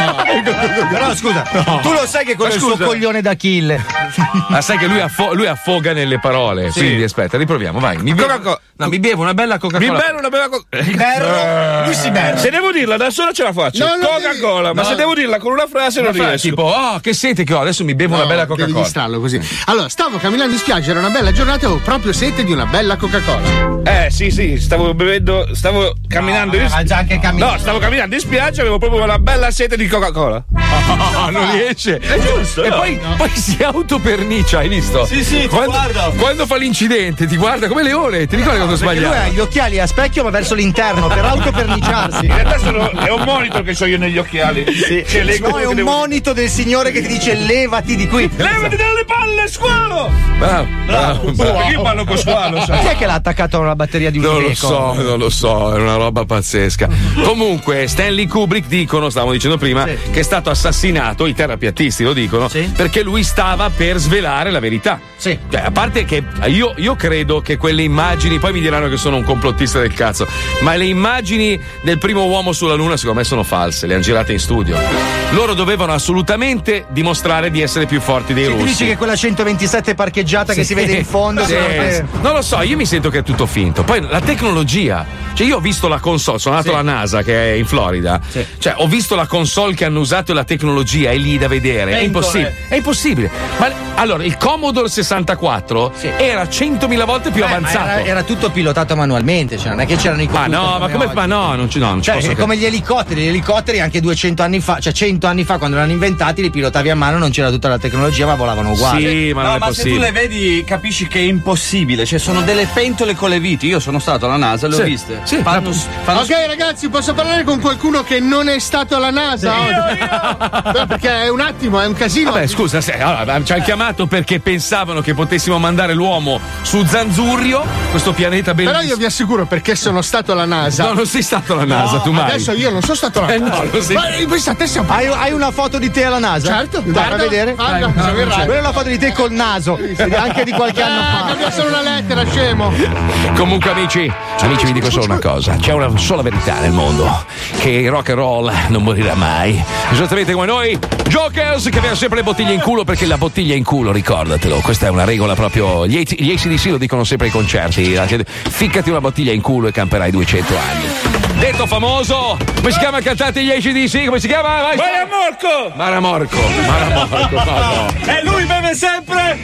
Però scusa, tu lo sai che quello è il suo Scusa. coglione d'Achille. Ma sai che lui, affo- lui affoga nelle parole. Sì. Quindi aspetta, riproviamo, vai. Mi bevo, Coca-Cola. no, mi bevo una bella Mi Coca-Cola. bevo una bella Coca- Berro, lui si berro. Se devo dirla da sola ce la faccio. No, no, Coca-Cola, ma no. se devo dirla con una frase non Una frase, riesco. tipo, oh, che sete che ho, adesso mi bevo una No, bella devi Coca-Cola. distrarlo così. Allora, stavo camminando in spiaggia, era una bella giornata e avevo proprio sete di una bella Coca-Cola. Eh sì sì, stavo bevendo, stavo camminando in aveva già anche camminato. No, stavo camminando in spiaggia, avevo proprio una bella sete di Coca-Cola. No, non riesce. È giusto, E no? poi, poi si autopernicia, hai visto? Sì, sì, ti quando, guarda. quando fa l'incidente, ti guarda come leone. Ti ricordi quando Perché lui sbagliava? ha gli occhiali a specchio ma verso l'interno per autoperniciarsi. In realtà sono, è un monito che ho io negli occhiali. Sì. Cioè, leggo No, quello è che un devo- monito del signore che ti dice levati di qui. Levati dalle palle, squalo! Bravo, bravo, bravo. Perché io parlo con squalo, sai? Chi è che l'ha attaccato alla batteria di un Non lo Iveco? so, non lo so, è una roba pazzesca. Comunque, Stanley Kubrick dicono, stavamo dicendo prima, Sì. che è stato assassinato, i terapiattisti lo dicono, Sì. perché lui stava per svelare la verità. Sì. Cioè, a parte che io, io credo che quelle immagini, poi mi diranno che sono un complottista del cazzo, ma le immagini del primo uomo sulla Luna secondo me sono false, le hanno girate in studio. Loro dovevano assolutamente dimostrare di essere più forti dei Se tu russi. dici che quella centoventisette parcheggiata che si vede in fondo Sì, secondo te- sì. Non lo so, io mi sento che è tutto finto. Poi la tecnologia, cioè io ho visto la console, sono andato Sì. alla NASA che è in Florida, Sì. cioè ho visto la console che hanno usato e la tecnologia è lì da vedere, è Pentole. impossibile, è impossibile. Ma allora il Commodore sessantaquattro Sì. era centomila volte più Beh, ma avanzato. Era, era tutto pilotato manualmente, cioè non è che c'erano i Ma computer. no, ma come oggi. ma no, non ci, no, non ci Cioè, posso è come gli elicotteri, gli elicotteri anche duecento anni fa, cioè cento anni fa quando erano inventati, li pilotavi a mano, non c'era tutta la tecnologia, ma volavano uguali. Sì, ma non No, è ma se tu possibile. le vedi capisci che è impossibile, cioè sono delle pentole con le viti. Io sono stato alla NASA, le ho Sì, viste. sì, fanno, fanno Ok ragazzi, posso parlare con qualcuno che non è stato alla NASA oggi? No, perché è un attimo, è un casino. Vabbè, scusa, se, allora, ci hanno chiamato perché pensavano che potessimo mandare l'uomo su Zanzurrio, questo pianeta bellissimo. Però io vi assicuro perché sono stato alla NASA. No, non sei stato alla NASA, No, tu mai. Adesso io non sono stato alla Eh, NASA. no, lo sei- Ma pensate, siamo Hai, hai una foto di te alla NASA? Certo, Dai, guarda, fa vedere. guarda, Dai. siamo in radio. Quella è la foto di te col naso, anche di qualche anno Eh, fa. cambia solo una lettera, scemo. Comunque amici, amici vi dico solo una cosa, c'è una sola verità nel mondo, che il rock and roll non morirà mai. Esattamente come noi, Jokers, che abbiamo sempre le bottiglie in culo, perché la bottiglia in culo, ricordatelo, questa è una regola proprio, gli A C D C lo dicono sempre ai concerti, anche- ficcati una bottiglia in culo e camperai duecento anni. Detto famoso, come si chiama il cantante degli A C D C? Come si chiama? Vai, Vai a Morco! Maramorco, Maramorco, no, no. E lui beve sempre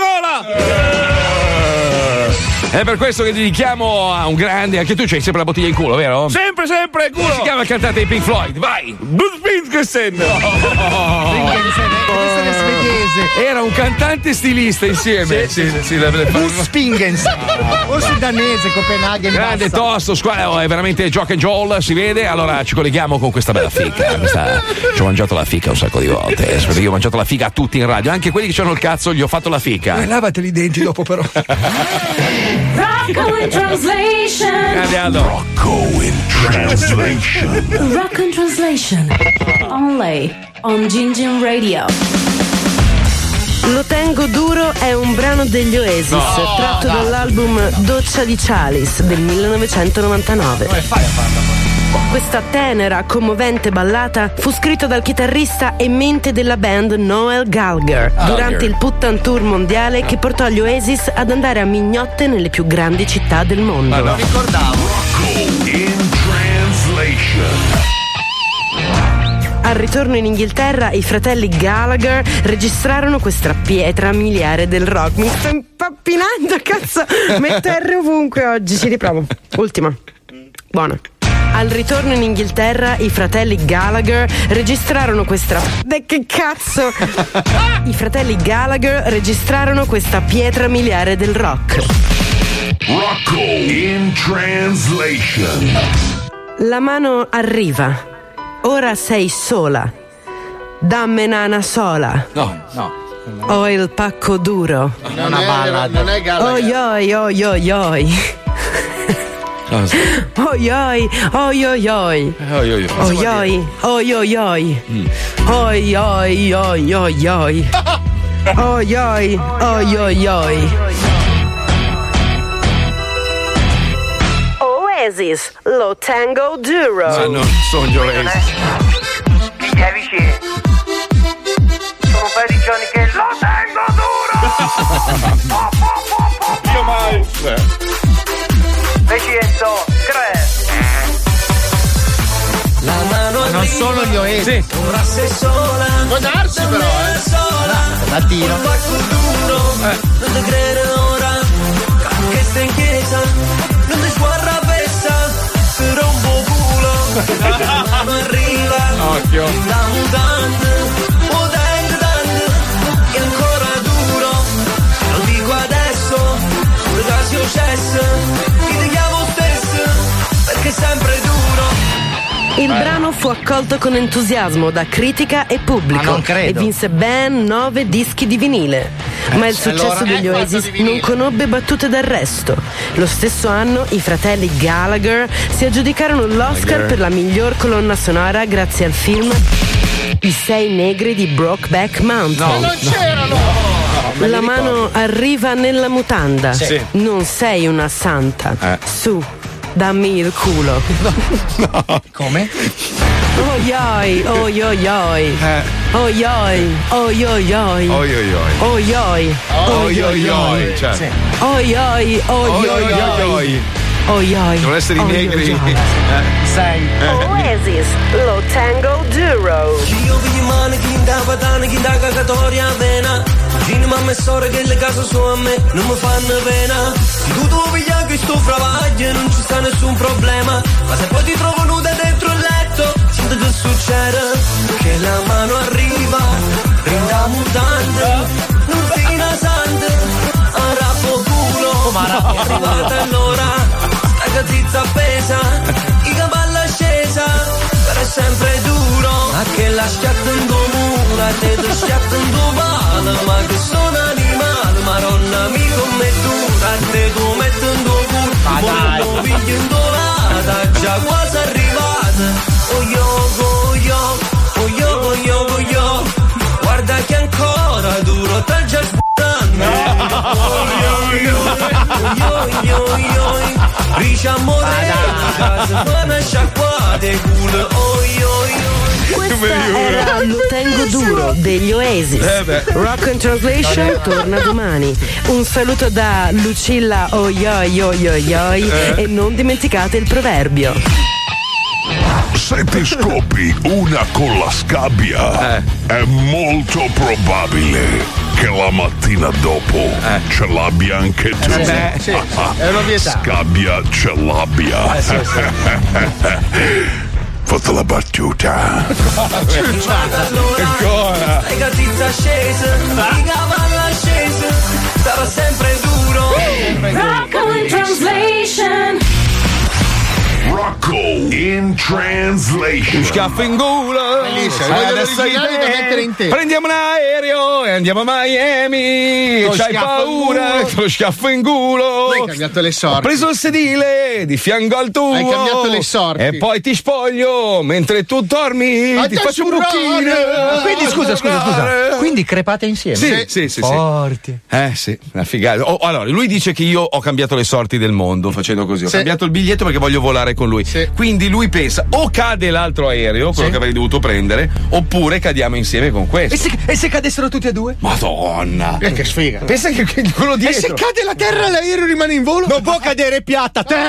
Coca-Cola! È per questo che dedichiamo a un grande, anche tu c'hai sempre la bottiglia in culo, vero? Sempre, sempre, Come si culo! chiama il cantante dei Pink Floyd? Vai! Bruce Springsteen! Questo è svedese. Era un cantante stilista insieme. Sì, sì, sì, le- le- Bus Spingens. Forse danese, Copenaghen. Grande basta. tosto, squadra, oh, è veramente Jock and Joel, si vede. Allora ci colleghiamo con questa bella fica. Questa... Ci ho mangiato la fica un sacco di volte. Perché io ho mangiato la fica a tutti in radio, anche quelli che hanno il cazzo, gli ho fatto la fica. Eh, lavateli i denti dopo, però. Rocco in translation. Grande Aldo. Rocco in translation. Rocco in translation. Only on Gingin Radio. Lo tengo duro è un brano degli Oasis No, tratto dai. dall'album Doccia di Chalice del millenovecentonovantanove. Come fai a farla? Questa tenera, commovente ballata fu scritta dal chitarrista e mente della band Noel Gallagher Ah, durante Gallagher. il Puttan Tour mondiale che portò gli Oasis ad andare a mignotte nelle più grandi città del mondo. Ma no. Ricordavo. Rocco in translation. Al ritorno in Inghilterra i fratelli Gallagher registrarono questa pietra miliare del rock. Mi sto impappinando, cazzo! Metto R ovunque oggi, ci riprovo. Ultima. Buona. Al ritorno in Inghilterra i fratelli Gallagher registrarono questa... Beh, che cazzo! I fratelli Gallagher registrarono questa pietra miliare del rock. Rocco in translation. La mano arriva. Ora sei sola. Damme nana sola. No, no. Ho il pacco duro. Non è, non è Gallagher. Oi oi oi oi oi. Oi oi oi oi oi. Oi, oi, oi. Oi oi oi oi oi. Oi oi oi oi oi. Oi oi oi oi oi. Oasis, lo tengo duro. Ma non sono gli Oasis. Minchia vicino. Sono un paio di giorni che lo tengo duro. Io mai. Vecienzo, tre. La mano Ma non sono gli Oasis. Sì. Ora sei sola. Può darsi però, eh. Sola. Mattino. Un pacco duro. Non te credo ora. Che stai in chiesa. Non ti sguarra pesa. Ti rompo culo. La mano arriva. Occhio. Da mutande. O dang dang. E ancora duro. Lo dico adesso. Le casi ho cesso. Ti ti chiamo stesso. Perché è sempre duro. Il brano fu accolto con entusiasmo da critica e pubblico Ma non credo. e vinse ben nove dischi di vinile. Ma il successo allora, degli eh, Oasis quanto di vinile? non conobbe battute d'arresto. Lo stesso anno i fratelli Gallagher si aggiudicarono l'Oscar Gallagher. per la miglior colonna sonora grazie al film I sei negri di Brokeback Mountain. Ma non c'erano! La mano arriva nella mutanda. Sì. Non sei una santa. Eh. Su, dammi il culo. Come? Oi oi, oi oi oi. Oi oi, oi oi oi. Oi, oi, oi. Oi oi, Oi, oi, oi. Cioè. Sì. oi oi, oi Oi, oi, oi oi, oi. oi oi. Devono essere i Oi, negri. oi, oi. Sei. Oasis, lo tengo duro. Io vi mani chi da patana, chi da cagatoria vena. Gini mamma e sorelle che le case su a me non mi fanno pena. Se tu tu piglia che sto travaglio non ci sta nessun problema. Ma se poi ti trovo nuda dentro il letto, sento che succede. Che la mano arriva, rinda mutante, non sei una sante, arrabbo culo. Ma è arrivata allora, la cazzizza appesa, i cavalli scesa, però è sempre duro. Ma che la schiattando mura, te lo schiattando male, ma che sono animale, maronna mi come dura, te tu mettendo culo, ma non pigliando l'ata, già quasi arrivata. Oh yo, oh yo, oh yo, oh yo, oh yo, guarda che ancora duro, te già sbuttando. Oh yo, yo, oh yo, yo, yo, diciamo casa, fanno sciacquate culo, oh yo, yo. Questa era Lo tengo duro degli Oasis. Eh beh. Rock and Translation torna domani. Un saluto da Lucilla oi oi oi oi oi Eh. e non dimenticate il proverbio. Se ti scopri una con la scabbia, è molto probabile che la mattina dopo ce l'abbia anche tu. Eh beh, sì, sì, è una vietà. Scabbia ce l'abbia. Eh, sì, fatto la battuta. Ancora. Stai gatizza scesa, di cavallo scesa, sarà sempre duro. Rocco in translation. Rocco in translation. Schiaffo in gola. Bellissimo, voglio l'originale da mettere in te. Prendiamo un aereo e andiamo a Miami. Lo C'hai schiaffo in paura? culo. Lo schiaffo in culo. Hai cambiato le sorti. Ho preso il sedile di fianco al tuo. Hai cambiato le sorti. E poi ti spoglio mentre tu dormi. Ma ti te faccio un surrare. buchino. Quindi scusa, scusa, scusa. Quindi crepate insieme? Sì, sì, sì. Forti. Sì. Eh sì, una figata. Oh, allora, lui dice che io ho cambiato le sorti del mondo facendo così. Ho Sì. cambiato il biglietto perché voglio volare con lui. Sì. Quindi lui pensa o cade l'altro aereo, quello Sì. che avrei dovuto prendere, oppure cadiamo insieme con questo. E se, e se cadessero tutti e due? Madonna! Eh, che sfiga. Pensa che, che quello E dietro. se cade la terra l'aereo rimane in volo? Non può cadere piatta. Te.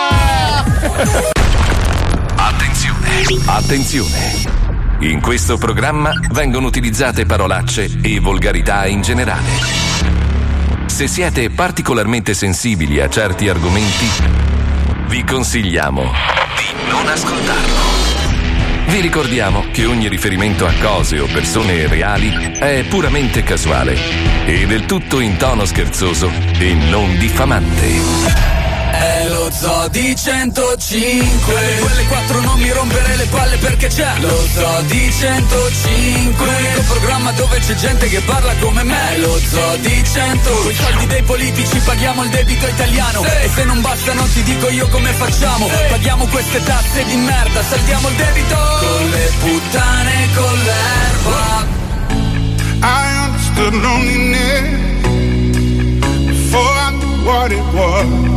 Attenzione, attenzione. In questo programma vengono utilizzate parolacce e volgarità in generale. Se siete particolarmente sensibili a certi argomenti, vi consigliamo di non ascoltarlo. Vi ricordiamo che ogni riferimento a cose o persone reali è puramente casuale e del tutto in tono scherzoso e non diffamante. È lo Zoo di centocinque. Quelle quattro non mi rompere le palle perché c'è lo Zoo di centocinque. L'unico programma dove c'è gente che parla come me. Lo Zoo di centocinque. Con i soldi dei politici paghiamo il debito italiano. E se non bastano ti dico io come facciamo. Paghiamo queste tasse di merda, saldiamo il debito con le puttane e con l'erba. I understood loneliness before I knew what it was.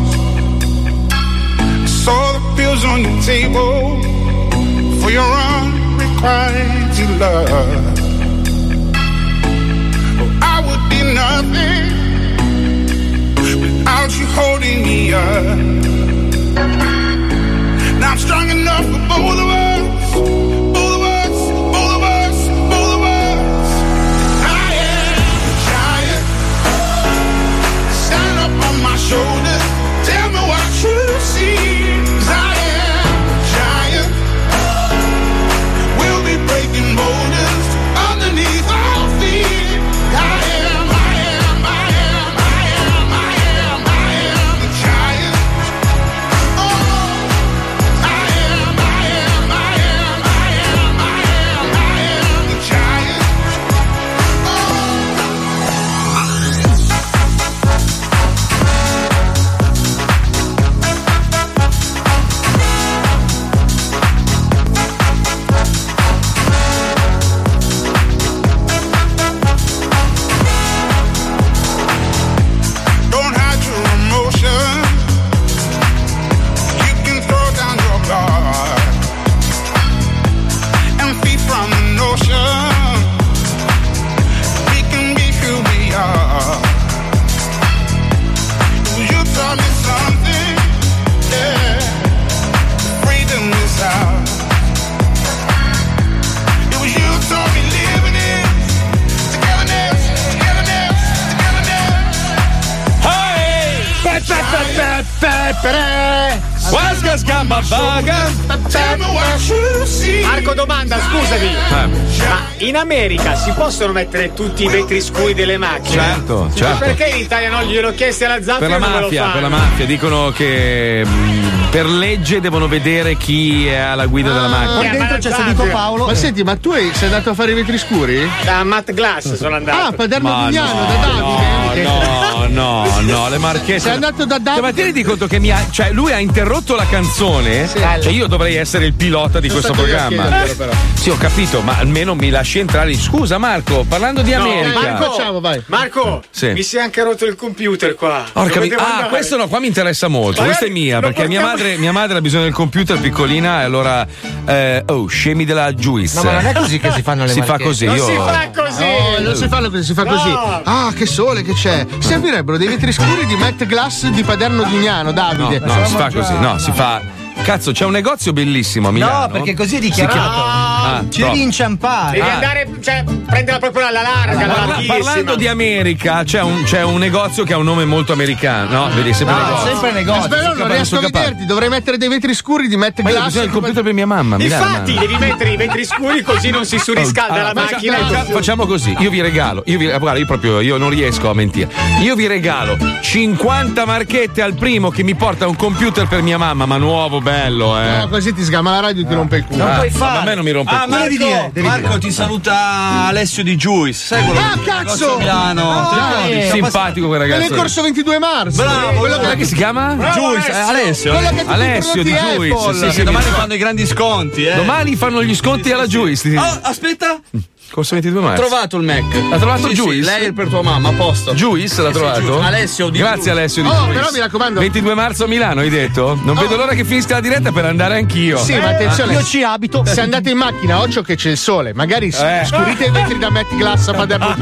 Saw the pills on your table for your unrequited love. Oh, I would be nothing without you holding me up. Now I'm strong enough for both of us, both of us, both of us, both of us. I am a giant. Stand up on my shoulders. Tell me what you see. Breaking boulders underneath our feet. I am, I am, I am, I am, I am, I am a giant. Oh, I am, I am, I am, I am, I am, I am a giant. Marco, domanda, scusami. Ma in America si possono mettere tutti i vetri scuri delle macchine? Certo, certo. Perché in Italia non glielo chiesti alla Zappa? Per la mafia, per la mafia dicono che mh, per legge devono vedere chi è alla guida della macchina. Qua dentro c'è salito Paolo. Ma senti, ma tu sei andato a fare i vetri scuri? Da Matt Glass sono andato. Ah, Paderno Ma Dugnano, no, da Davide. No, no, no, le marchette. Sei andato da Davide. Cioè, ma ti rendi conto che mi ha, cioè lui ha interrotto la canzone? Sì. Cioè io dovrei essere il pilota di Sono questo stato io a programma. chiedertelo, però. Sì, ho capito, ma almeno mi lasci entrare. Scusa Marco, parlando di No, America. Marco, Facciamo, vai. Marco, Sì. mi si è anche rotto il computer qua. Porca Dove mi- devo ah, andare? questo no, qua mi interessa molto. Magari Questa è mia, lo perché mia portiamo- madre, mia madre ha bisogno del computer piccolina e allora. Eh, oh, scemi della Juice. No, ma non è così che si fanno le Si fa marchette. così. Non io... si fa così. No, non si fanno così, si fa No. così. Ah, che sole che c'è. Servirebbero dei vetri scuri di Matt Glass di Paderno Dugnano, No, Davide. no, non si fa così. No, si fa. Cazzo, c'è un negozio bellissimo a Milano. No, perché così è dichiarato. Ah, ci troppo. devi inciampare. Devi Ah. andare, cioè, prenderla proprio alla larga, alla Parla- larghissima. parlando di America, c'è un, c'è un negozio che ha un nome molto americano. No, vedi, sempre No, negozio. sempre negozio. Aspetta, non riesco a vederti, dovrei mettere dei vetri scuri di Matt Ma io ho Glass. bisogno del computer per mia mamma. mi dai una Infatti, mano? devi mettere i vetri scuri così non si surriscalda Allora, la faccia- macchina. faccia- facciamo così, io vi regalo, io vi, guarda, io proprio io non riesco a mentire. Io vi regalo cinquanta marchette al primo che mi porta un computer per mia mamma, ma nuovo, bello, eh. No, così ti sgama la radio e ti rompe il culo. Non Ah. puoi fare. Ma a me non mi rompe Ah, il culo. Marco, Devi dire, devi Marco dire. ti saluta Alessio di Juice. Sai quello Ah, del cazzo! negozio a Milano? Ah, Te lo ricordi? eh, Siamo simpatico quel È ragazzo. nel corso ventidue marzo. Bravo, quello Com'è che si chiama? Juice, eh, Alessio. Quello che tutti i Alessio di prodotti Juice. Apple. Sì, sì, Che domani mi- fanno i grandi sconti, eh. Domani fanno gli sconti alla Juice. Oh, aspetta. Corso ventidue Ho marzo. trovato il Mac. L'ha trovato Sì, Juice? Sì, lei è per tua mamma, a posto. Juice l'ha Sì, sì, trovato? Juice. Alessio di Grazie Juice. Alessio di Oh, Juice. però mi raccomando. ventidue marzo a Milano, hai detto? Non vedo l'ora che finisca la diretta per andare anch'io. Sì, ma attenzione. Io ci abito. Se andate in macchina, occhio che c'è il sole. Magari s- Eh. scurite i vetri da Matt Glass a paderlo.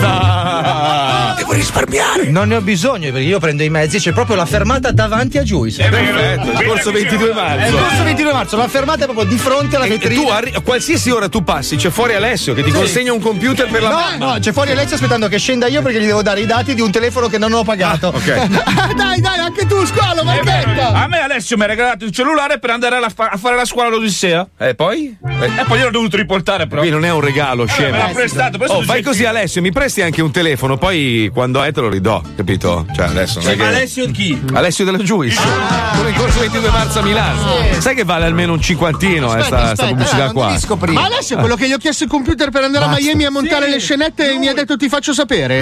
Devo risparmiare. Non ne ho bisogno perché io prendo i mezzi, c'è proprio la fermata davanti a Juice. Perfetto, il corso ventidue È il marzo. corso ventidue marzo, la fermata è proprio di fronte alla E, e vetrina. tu arri- a qualsiasi ora tu passi, c'è fuori Alessio che ti consegna un computer per la No, mamma. no, c'è fuori Alessio aspettando che scenda io perché gli devo dare i dati di un telefono che non ho pagato. Ok. Ah, dai, dai, anche tu, squalo, marchetta. A me Alessio mi ha regalato il cellulare per andare alla fa- a fare la scuola all'Odissea. E poi? E poi io l'ho dovuto riportare però. Qui non è un regalo, scemo. me l'ha prestato, per Oh, questo fai dice- così Alessio, mi presti anche un telefono, poi quando è te lo ridò, capito? Cioè adesso non è che... Alessio chi? Alessio della Juice. Come in corso ventidue marzo a Milano. Sai che vale almeno un cinquantino eh, sta, sta pubblicità qua. Ma adesso è quello che gli ho chiesto il computer per andare a Miami a montare le scenette e mi ha detto ti faccio sapere.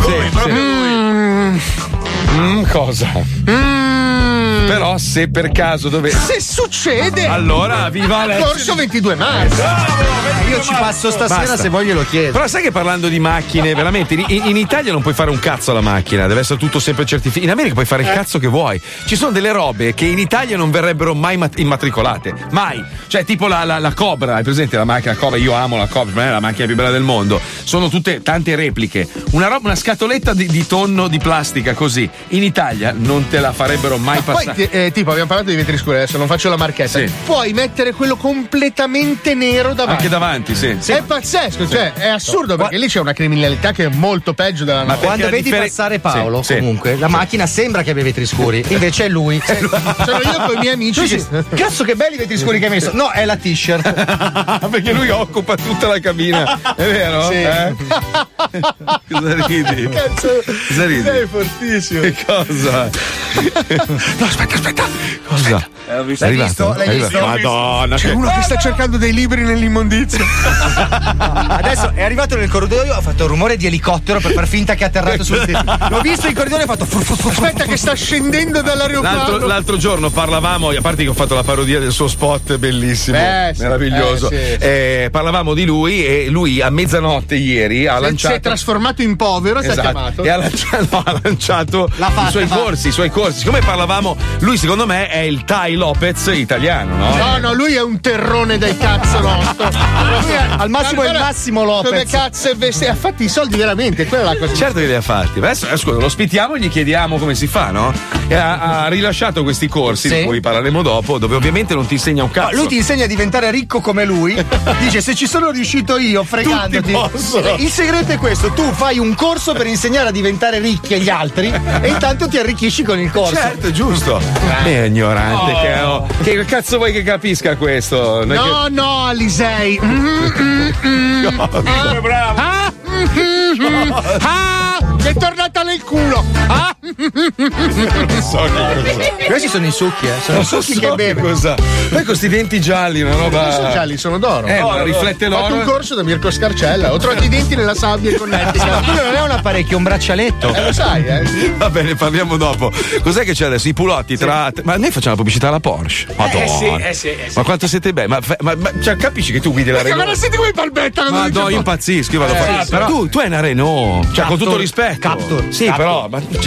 Mm. Mm, cosa? Però se per caso dovesse. Se succede! Allora, viva Alessio. Corso ventidue marzo. Io ci passo stasera Basta. se voglio lo chiedo. Però sai che parlando di macchine, veramente, in, in Italia non puoi fare un cazzo alla macchina, deve essere tutto sempre certificato. In America puoi fare il cazzo che vuoi. Ci sono delle robe che in Italia non verrebbero mai mat- immatricolate. Mai. Cioè, tipo la, la, la Cobra, hai presente la macchina Cobra? Io amo la Cobra, per me è la macchina più bella del mondo. Sono tutte tante repliche. Una roba, una scatoletta di, di tonno di plastica così. In Italia non te la farebbero mai Poi, passare. ti- eh, tipo, abbiamo parlato di vetri scuri, adesso non faccio la marchetta. Sì. Puoi mettere quello completamente nero davanti. Anche davanti, sì. È pazzesco, cioè, è assurdo perché lì c'è una criminalità che è molto peggio della nostra. Quando vedi differen- passare Paolo, Sì, sì. comunque, la macchina sembra che abbia i vetri scuri, invece è lui. Sono io con i miei amici. Tu dici, cazzo che belli i vetri scuri che hai messo. No, è la t-shirt. Perché lui occupa tutta la cabina, è vero? Sì. Eh? Cosa ridi? Cazzo, Cosa ridi? sei fortissimo. Che cosa? No, aspetta, aspetta. Cosa? Eh, ho visto. È L'hai arrivato? visto? L'hai È visto? arrivato? Madonna, C'è che... uno che sta cercando dei libri nell'immondizia. Adesso è arrivato nel corridoio, ha fatto il rumore di elicottero per far finta che è atterrato sul tetto. L'ho visto in corridoio e ha fatto fur, fur, fur, fur. Aspetta che sta scendendo dall'aeroporto. L'altro, l'altro giorno parlavamo, a parte che ho fatto la parodia del suo spot, bellissimo, Eh, sì, meraviglioso. eh, sì, Eh, parlavamo di lui e lui a mezzanotte ieri ha Si è- lanciato. si è trasformato in povero, si è Esatto. chiamato. E ha lanciato, no, ha lanciato L'ha fatta, i suoi fatta. corsi, i suoi corsi. Siccome parlavamo, lui secondo me è il Tai Lopez italiano, no? No, no, lui è un terrone dai cazzo nostro. Al massimo è il Massimo Lopez. Come cazzo è vestito? Ha fatti i soldi veramente, quella è la cosa. Certo che li ha fatti. Adesso eh, scusa, lo ospitiamo e gli chiediamo come si fa, no? E ha, ha rilasciato questi corsi, Sì. di cui parleremo dopo, dove ovviamente non ti insegna un No, cazzo. lui ti insegna a diventare ricco come lui. Dice: se ci sono riuscito io, fregandoti. Tutti possono. Il segreto è questo: tu fai un corso per insegnare a diventare ricchi agli altri e intanto ti arricchisci con il corso. Certo, è giusto. È ignorante, che, oh, che cazzo vuoi che capisca questo? Non è No, no, Alisei. Mm, mm, mm. che... Bravo. Ah, mm, mm, mm. Ah, è tornata nel culo. Ah. Non so che cosa. Questi sono i succhi, eh. Sono Non i succhi so che beve. cosa. Poi con questi denti gialli, una roba. Non sono gialli, sono d'oro. Eh, ma D'oro, riflette d'oro. Ho fatto un l'oro. corso da Mirko Scarcella. Ho trovato i denti nella sabbia in Connecticut. Quello non è un apparecchio, è un braccialetto. Eh, lo sai, eh? Va bene, parliamo dopo. Cos'è che c'è adesso? I pulotti tra. Ma noi facciamo la pubblicità alla Porsche. Madonna. Eh sì, eh sì, eh sì. Ma quanto siete belli? Ma, ma, ma cioè, capisci che tu guidi la Perché Renault? ma senti come balbetta quando Ma dice no, un io po'? impazzisco, io vado a Eh, fare. sì, Però sì. tu, tu hai una Renault, cioè con Captur, tutto rispetto. Captur. Sì, Captur. però. Ma, cioè, L S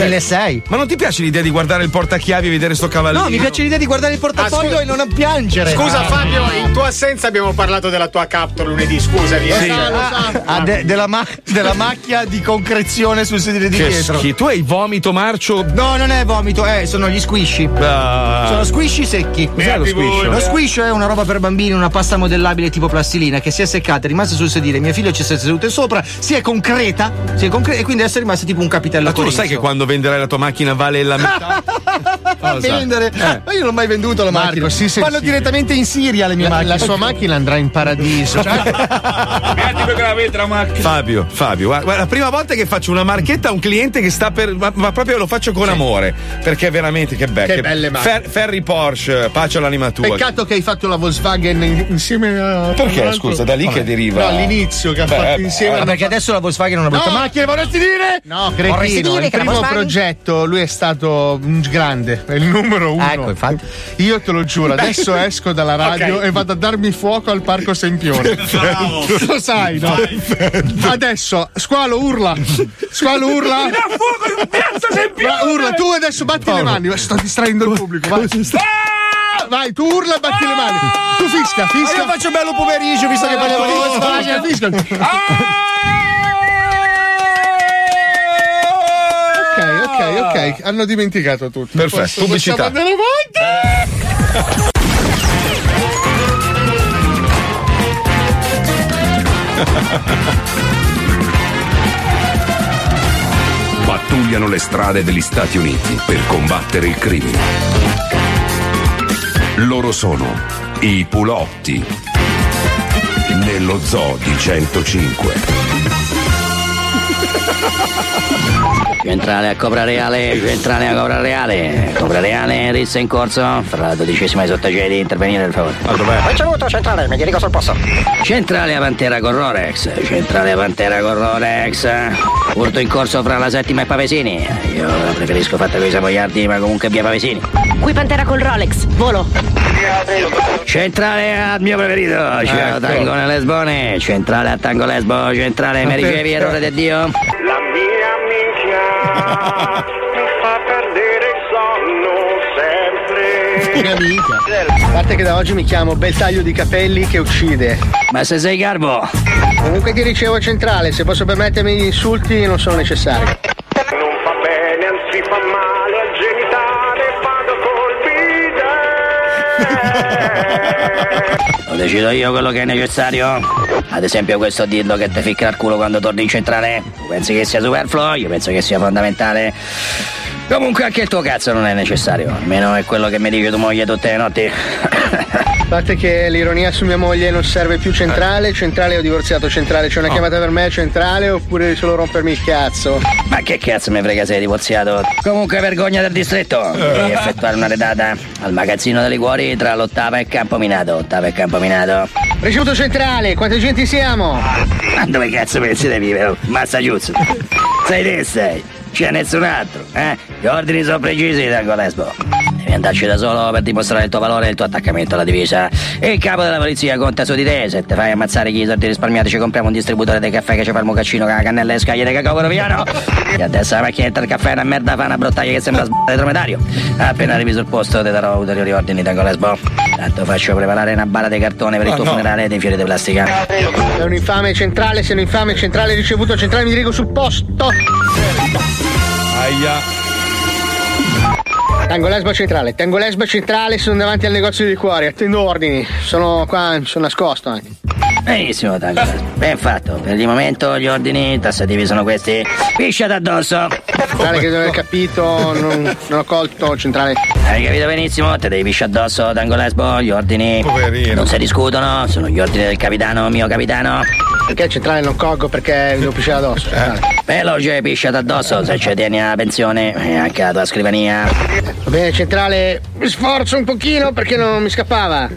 lei. Ma non ti piace l'idea di guardare il portachiavi e vedere sto cavallino? No, mi piace l'idea di guardare il portafoglio Ah, scusa- e non piangere. Scusa Ah. Fabio, in tua assenza abbiamo parlato della tua captor lunedì, scusami. Sì. Eh. Ah, ah, de- della, ma- della macchia di concrezione sul sedile di Che dietro. schifo. Tu hai vomito marcio? No, non è vomito, eh, sono gli squishy. Ah. Sono squishy secchi. Cos'è lo squish? Lo squish è una roba per bambini, una pasta modellabile tipo plastilina che si è seccata, è rimasta sul sedile. Mio figlio ci si è seduto sopra, si è concreta, si è concre- e quindi è rimasta tipo un capitello. Ma tu lo sai che quando venderai la tua macchina vale la metà? A lo sai. vendere? Eh. Ma io non ho mai venduto la Marco, macchina. sì, sì, Vanno sì. direttamente in Siria le mie La, macchine. la sua macchina andrà in paradiso. Fabio, Fabio, guarda, guarda, la prima volta che faccio una marchetta a un cliente che sta per. Ma, ma proprio lo faccio con amore. Perché veramente che bello. Che belle macchine. Ferri Porsche, pace all'anima tua. Peccato che hai fatto la Volkswagen in- insieme a. Perché, a un altro- scusa, da lì che deriva? No, all'inizio che ha Beh, fatto beh, insieme. Ah, a perché adesso la Volkswagen è una brutta No, macchina, vorresti dire? No, Vorresti cretino, dire il che la primo Volkswagen- progetto lui è stato un grande, è il numero uno. Ah, ecco, infatti. Io te lo giuro, adesso esco dalla radio Ok. e vado a darmi fuoco al Parco Sempione. Lo sai, no? Adesso, Squalo urla! Squalo urla! Mi dà fuoco in piazza Sempione! Va, urla, tu adesso batti le mani, sto distraendo il pubblico. Vai, vai tu urla e batti le mani. Tu fischia, fischia. Ma io faccio bello pomeriggio visto che parliamo di Volkswagen. Fischia, fischia. Ok, ok, ok. Hanno dimenticato tutto. Perfetto, Posso- pubblicità. possiamo andare avanti? Pattugliano le strade degli Stati Uniti per combattere il crimine. Loro sono i Pulotti nello zoo di centocinque. Centrale a Cobra Reale, centrale a Cobra Reale. Cobra Reale, rissa in corso. Fra la dodicesima e sottacedi, intervenire per favore. Ricevuto centrale, mi dirigo sul posto. Centrale a Pantera con Rolex, centrale a Pantera con Rolex. Urto in corso fra la settima e Pavesini. Io preferisco fatta con i Savoiardi, ma comunque via Pavesini. Qui Pantera col Rolex, volo. Centrale al mio preferito, ciao Ecco. Tango nelle Lesbone. Centrale a Tango Lesbo, centrale Mary Jevi, errore di Dio. La mia minchia mi fa perdere il sonno sempre. Mia amica. A parte che da oggi mi chiamo Bel taglio di capelli che uccide. Ma se sei garbo. Comunque ti ricevo centrale, se posso permettermi gli insulti non sono necessari. Non fa bene, anzi fa male al genitale, vado col bidet. Lo decido io quello che è necessario. Ad esempio questo dildo che ti ficca al culo quando torni in centrale. Tu pensi che sia superfluo? Io penso che sia fondamentale. Comunque anche il tuo cazzo non è necessario. Almeno è quello che mi dice tua moglie tutte le notti. A parte che l'ironia su mia moglie non serve più centrale, centrale ho divorziato, centrale c'è una chiamata per me, centrale oppure solo rompermi il cazzo. Ma che cazzo mi frega sei divorziato? Comunque vergogna del distretto. Devi effettuare una redata al magazzino dei liquori tra l'Ottava e Campominato. Ottava e Campominato. Ricevuto centrale, quante gente siamo? Ma dove cazzo pensi di vivere? Massachusetts. Sei te sei. C'è nessun altro, eh? Gli ordini sono precisi, Tango Lesbo. Devi andarci da solo per dimostrare il tuo valore e il tuo attaccamento alla divisa. E il capo della polizia conta su di te. Se te fai ammazzare chi i soldi risparmiati ci compriamo un distributore di caffè che ci fa il mocaccino con la cannella e scaglie di cacao roviano. E adesso la macchinetta del caffè è una merda, fa una brottaglia che sembra sb***a dromedario. Appena arrivi sul posto ti darò ulteriori ordini, Tango Lesbo. Tanto faccio preparare una bara di cartone per il Oh, tuo no. funerale e dei fiori di plastica. È un infame centrale, sei un infame centrale, ricevuto centrale, mi dirigo sul posto. Aia. Tango Lesbo centrale, Tango Lesbo centrale, sono davanti al negozio di liquori, attendo ordini, sono qua, sono nascosto anche. Benissimo, Tango Lesbo. Ben fatto. Per il momento gli ordini tassativi sono questi. Pisciati addosso. Centrale che non ho capito, non, non ho colto, centrale. Hai capito benissimo, te devi pisciare addosso, Tango Lesbo. Gli ordini Poverino. non si discutono, sono gli ordini del capitano, mio capitano. Perché centrale non colgo perché mi devo pisciare addosso. centrale. Veloce, pisciati addosso, se ci tieni alla pensione e anche alla tua scrivania. Va bene, centrale, mi sforzo un pochino perché non mi scappava.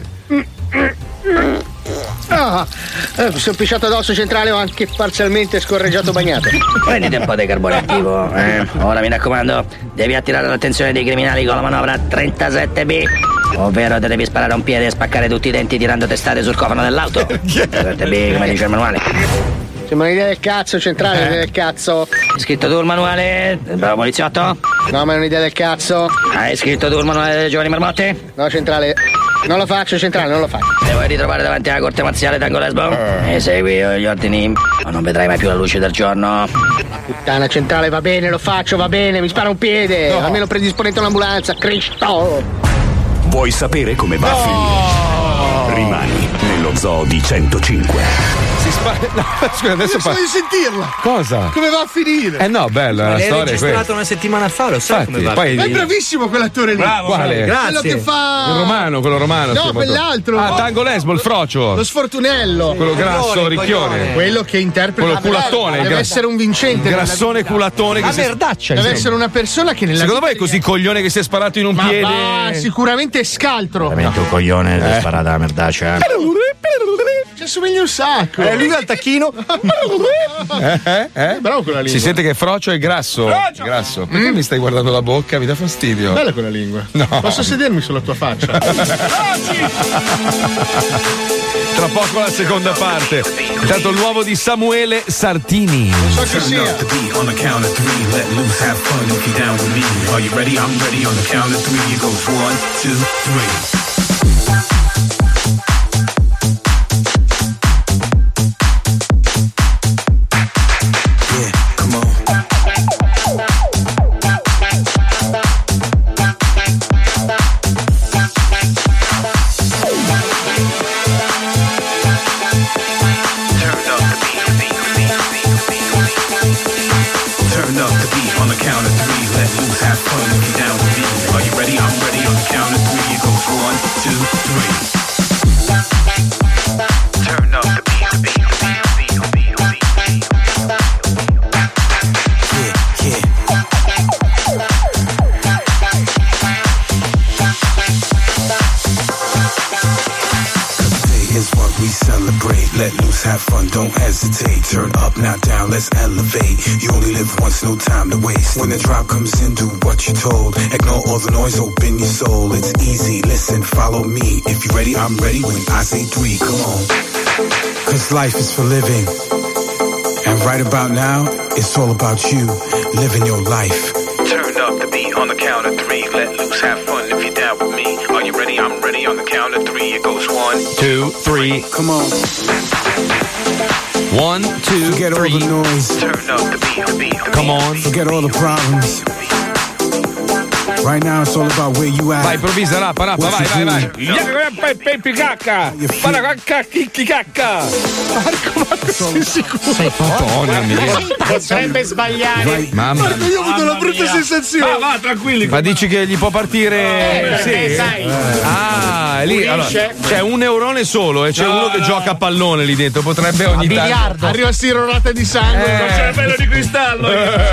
Ah, eh, mi sono pisciato addosso centrale, ho anche parzialmente scorreggiato bagnato. Prenditi un po' di carbone attivo, eh. Ora mi raccomando, devi attirare l'attenzione dei criminali con la manovra trentasette B. Ovvero te devi sparare a un piede e spaccare tutti i denti tirando testate sul cofano dell'auto. trentasette B, come dice il manuale. Sembra un'idea del cazzo, centrale, un'idea del cazzo. Hai scritto tu il manuale, bravo poliziotto? No, ma è un'idea del cazzo. Hai scritto tu il manuale delle giovani marmotte? No, centrale. Non lo faccio, centrale, non lo faccio. Ti vuoi ritrovare davanti alla corte marziale d'Ango Lesbo? E segui io gli ordini o non vedrai mai più la luce del giorno. Puttana, centrale, va bene, lo faccio, va bene, mi spara un piede. No. Almeno predisponete un'ambulanza, Cristo. Vuoi sapere come va no. a finire? Rimani nello zoo di centocinque. Si spara. No, scusa, adesso fa. Io so di sentirla. Cosa? Come va a finire? Eh no, bella ma la l'hai storia. L'hai registrato una settimana fa, lo sai come va. Poi... È bravissimo quell'attore lì. Bravo, quale? Quello Grazie. che fa. Il romano, quello romano. No, quell'altro. Ah, Tango Lesbo, il frocio. Lo sfortunello. Quello grasso, ricchione. Quello che interpreta. Quello culattone. Deve gra... essere un vincente. Grassone culatone. La che merdaccia. Deve essere una persona che nella. Secondo me è così coglione che si è sparato in un Ma piede. va, sicuramente è scaltro. Veramente un coglione che è sparata la merdaccia. Ci assomiglia un sacco. Eh, lui al tacchino. eh, eh, eh? Bravo con la lingua. Si sente che è frocio e grasso. Frocio. Grasso. Perché mm. mi stai guardando la bocca? Mi dà fastidio. Bella quella lingua. No. Posso sedermi sulla tua faccia? Tra poco la seconda parte. Intanto l'uovo di Samuele Sartini. Non so chi sia. Have fun, don't hesitate. Turn up, not down, let's elevate. You only live once, no time to waste. When the drop comes in, do what you're told. Ignore all the noise, open your soul. It's easy, listen, follow me. If you're ready, I'm ready. When I say three, come on. Cause life is for living. And right about now, it's all about you, living your life. Turn up the beat on the count of three. Let loose, have fun if you're down with me. Are you ready? I'm ready on the count of three. It goes one, two, three. Come on. One, two, Forget three. all the noise. Turn up the beat, the beat, the Come on. Forget all the problems. Right now it's all about where you at. Vai, improvvisa, rappa, rappa, vai, vai, vai. Pepe cacca! Para cacca, chicchi cacca! Marco, ma sei sicuro? Sei Madonna mia. Potrebbe sbagliare. Mamma Guarda, io ho avuto una brutta sensazione. Va, va, tranquilli. Ma dici che gli può partire? Eh, sì. perché sai. Ah, lì allora, c'è un neurone solo e c'è No, uno che no. gioca a pallone lì dentro. Potrebbe ogni tanto. Arriva stirolata di sangue. Eh. Il cervello di cristallo.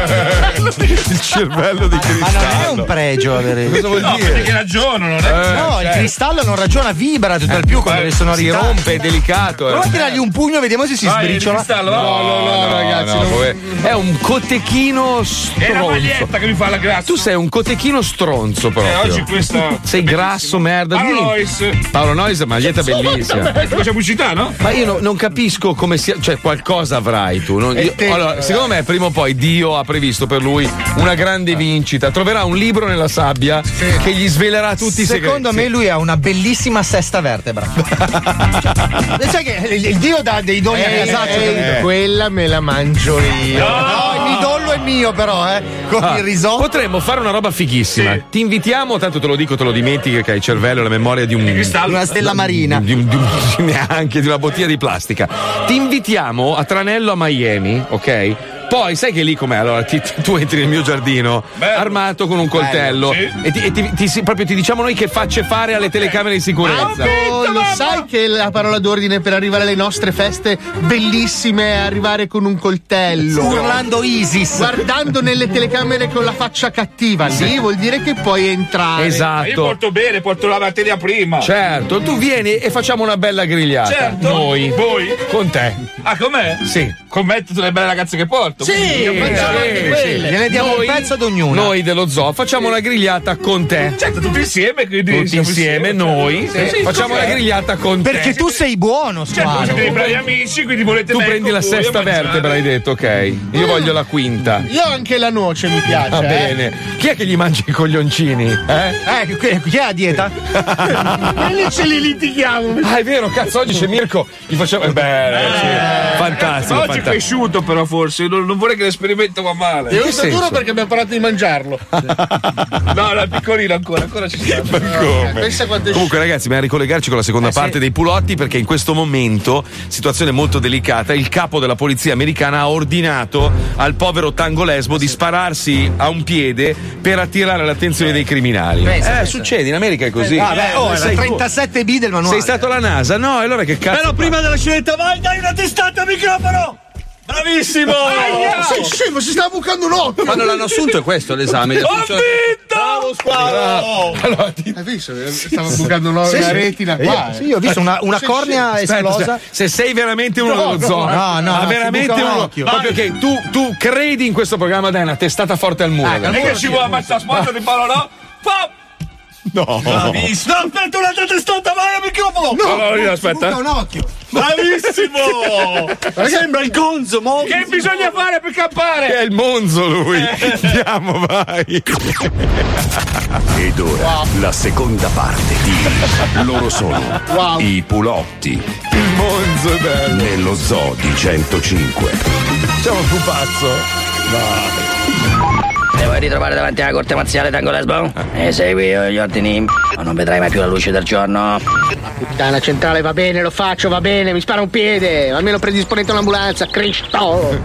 Il cervello di cristallo. Ma non è un pregio avere. Cosa vuol No, dire? perché ragiona, non è? Eh, No, il cioè, cristallo non ragiona, vibra tutto il più con le si sonorità. rompe, è delicato. eh. Prova a tirargli un pugno, vediamo se si Vai, sbriciola. il cristallo, va. No, no, no, ragazzi. non- pover- È un cotechino È la stronzo. maglietta che mi fa la grazia. Tu sei un cotechino stronzo proprio. Eh, oggi questa. Sei grasso, merda. Paolo Dimmi. Noyes. Paolo Noyes, maglietta bellissima. Ecco, c'è pubblicità, no? Ma io no- non capisco come sia. Cioè, qualcosa avrai tu. non- io- te- allora, secondo me, prima o poi Dio ha previsto per lui una grande vincita. Troverà un libro nella sabbia che gli svelerà tutti i segreti. Secondo me lui ha una bellissima sesta vertebra. Cioè, sai che il, il dio dà dei doni a Ehi, casaccio. ehi, capito? quella me la mangio io. No, il midollo è mio però, eh. Con Ah, il risotto. Potremmo fare una roba fighissima. Ti invitiamo, tanto te lo dico, te lo dimentichi che hai il cervello e la memoria di un. Una stella marina. Di, un- di un- neanche di una bottiglia di plastica. Ti invitiamo a Tranello a Miami, ok? Poi sai che lì com'è? Allora ti- tu entri nel mio giardino armato con un coltello Bello, sì. e, ti, e ti- ti- si- proprio ti diciamo noi che facce fare alle telecamere di sicurezza. Marco, lo sai che la parola d'ordine per arrivare alle nostre feste bellissime è arrivare con un coltello. Urlando ISIS. Guardando nelle telecamere con la faccia cattiva. Lì vuol dire che puoi entrare. Ma io Esatto. porto bene, porto la materia prima. Certo, tu vieni e facciamo una bella grigliata. Certo. Noi. Voi? Con te. Ah, com'è? Sì, commetto tutte le belle ragazze che porto. Sì, io pensavo anche sì, quelle. gliene diamo Noi- un pezzo ad ognuno. Noi dello zoo facciamo una grigliata con te. Certo, tutti insieme, quindi Tutti siamo insieme, noi Sì, sì, facciamo sì. la grigliata con te. Perché tu sei buono, Certo, Squalo. siete dei bravi amici, quindi volete Tu me prendi con la voi sesta a mangiare. vertebra, hai detto, ok. Io voglio la quinta. Io anche la noce mi piace. Va eh. bene. Chi è che gli mangia i coglioncini? Eh? Eh, chi chi è a dieta? E lì ce li litighiamo. Ah, è vero, cazzo, oggi c'è Mirko. Gli facciamo. Eh, beh, sì. Fantastico, Ma oggi è fantastico. cresciuto, però, forse. Non, non vorrei che l'esperimento va male. Io che sto duro senso? perché abbiamo parlato di mangiarlo. No, no, è piccolino ancora, ancora ci sta. Ma come? Pensa quanto è Comunque, ragazzi, dobbiamo ricollegarci con la seconda parte dei pulotti perché in questo momento, situazione molto delicata, il capo della polizia americana ha ordinato al povero Tango Lesbo di spararsi a un piede per attirare l'attenzione dei criminali. Pensa, eh, pensa. succede, in America è così. Ah, beh, oh, Eh, è la sei, trentasette B del manuale. sei stato alla NASA? No, e allora che cazzo? Però prima della scelta, vai, dai una testata al microfono! Bravissimo! Sei scemo, si sta bucando un occhio. Ma non l'hanno assunto, è questo l'esame. Ho vinto! Bravo, Squalo! Allora, ti- Hai visto? Stava bucando un- Sì, una sì. retina Eh, qua. Sì, io ho visto una, una Sei cornea Aspetta, esplosa. aspetta, se sei veramente uno No, dello no, zoo, no, no, ma no, veramente ti buca un uno, occhio. proprio che tu, tu credi in questo programma, dai una testata forte al muro. Ah, dai. E che ci vuole ammazzare spazio di palo, no? Pop! No, Bravissimo! No, aspetta, un'altra testata, vai al microfono! No, no, no, aspetta. Buca un occhio. Bravissimo! Sembra il gonzo, mo! Che bisogna fare per campare? è il monzo lui. Andiamo, vai. Ed ora la seconda parte di Loro sono Wow. i pulotti Il monzo è bello. nello zoo di centocinque. Facciamo un pupazzo. Vai. Ti vuoi ritrovare davanti alla corte marziale, Tango Lesbo? E segui gli ordini o non vedrai mai più la luce del giorno. Puttana centrale, va bene, lo faccio, va bene, mi spara un piede. Almeno predisponete un'ambulanza, Cristo.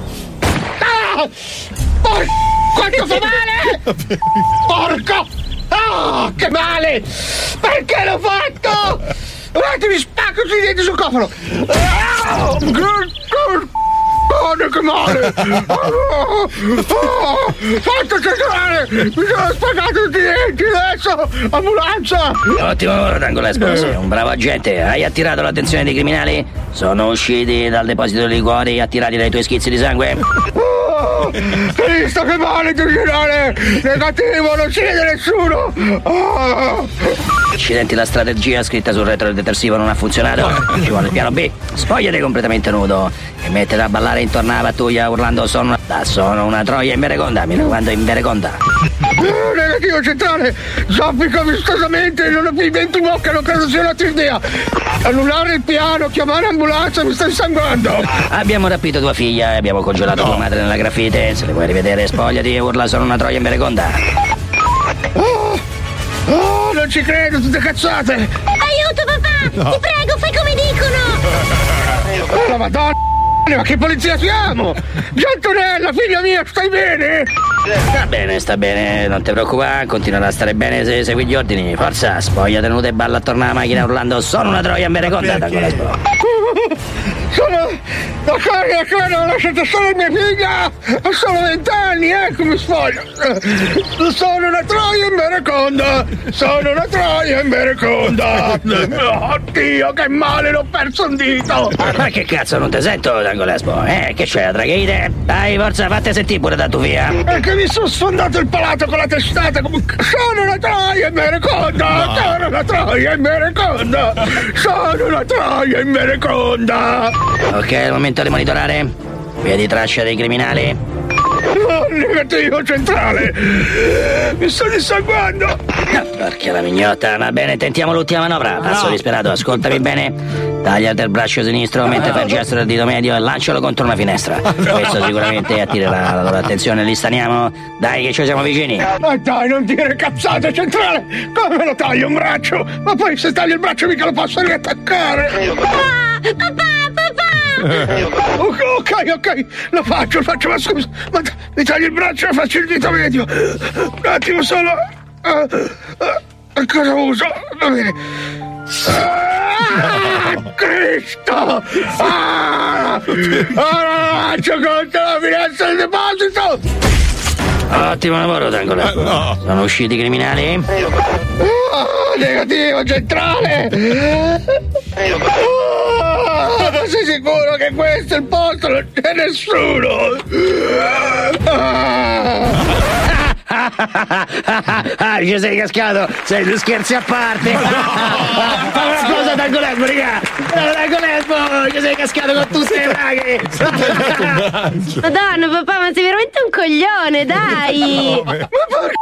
Ah! Por- quanto fa male! Porco! Ah, che male! Perché l'ho fatto? Guardate, mi spacco sui denti sul cofano! Ah! Madonna, che male! Oh, oh, fatto centrale! Mi sono spaccato tutti i denti adesso! Ambulanza! Ottimo lavoro, Tango Lesbo, sei un bravo agente. Hai attirato l'attenzione dei criminali? Sono usciti dal deposito dei liquori attirati dai tuoi schizzi di sangue? Oh, hai visto che male, generale! Negativo, non ci vede nessuno! Oh. Accidenti, la strategia scritta sul retro del detersivo non ha funzionato. Ci vuole il piano B. Spogliati completamente nudo e mettete a ballare intorno alla pattuglia urlando sono una, sono una troia in vereconda. Mi raccomando, in vereconda. Oh, negativo centrale! Zoppico vistosamente e non ho più i denti in bocca, non credo sia una tua idea! Annullare il piano, chiamare ambulanza, mi sta insanguando! Abbiamo rapito tua figlia e abbiamo congelato tua madre nella grafite. Se le vuoi rivedere, spogliati e urla sono una troia in vereconda. Oh, oh, non ci credo, tutte cazzate! Aiuto, papà! Ti prego, fai come dicono! Oh, la madonna! Ma che polizia siamo? Giantonella, figlia mia, stai bene? Sta bene, sta bene, non ti preoccupare, continuerà a stare bene se segui gli ordini. Forza, spoglia tenuta e balla attorno alla macchina urlando sono una troia in vereconda, Tango Lesbo. Sono d'accordo, d'accordo, lasciate stare mia figlia! Ha solo vent'anni, ecco mi spoglio! Sono una troia in vereconda! Sono una troia in vereconda! Oddio, che male, l'ho perso un dito! Ma che cazzo, non ti sento, Tango Lesbo? Eh, che c'è, la tracheite? Dai, forza, fate sentire pure da tu via. È che mi sono sfondato il palato con la testata! Sono una troia in vereconda! No. Sono una troia in vereconda! Sono una troia in vereconda! Ok, è il momento di monitorare. Vedi traccia dei criminali? Oh, negativo centrale! Mi sto dissanguando! Porca la mignotta, va bene, tentiamo l'ultima manovra. Passo No. disperato, ascoltami bene. Tagliate il braccio sinistro mentre fai il gesto del dito medio e lancialo contro una finestra. Questo sicuramente attirerà la loro attenzione. Li staniamo. Dai, che ci siamo vicini. Ma dai, non dire cazzate, centrale! Come lo taglio un braccio? Ma poi se taglio il braccio mica lo posso riattaccare! Papà, papà, papà! Ok, ok, ok, lo faccio, lo faccio, ma scusa, ma mi taglio il braccio e faccio il dito medio. Un attimo solo. Uh, uh, cosa uso? Va bene. Ah, Cristo! Ah! Ah, lancio contro la finestra del deposito! Ottimo lavoro, Tango Lesbo. no. Sono usciti i criminali? Oh, negativo centrale! Oh, ma sei sicuro che questo è il posto, non c'è nessuno. Ah, ci sei cascato, sei due scherzi a parte. Fai una cosa dal Golesbo, raga. Dal Golesbo, ci sei cascato con tutte le raghe. Madonna, papà, ma sei veramente un coglione, dai. Ma porca.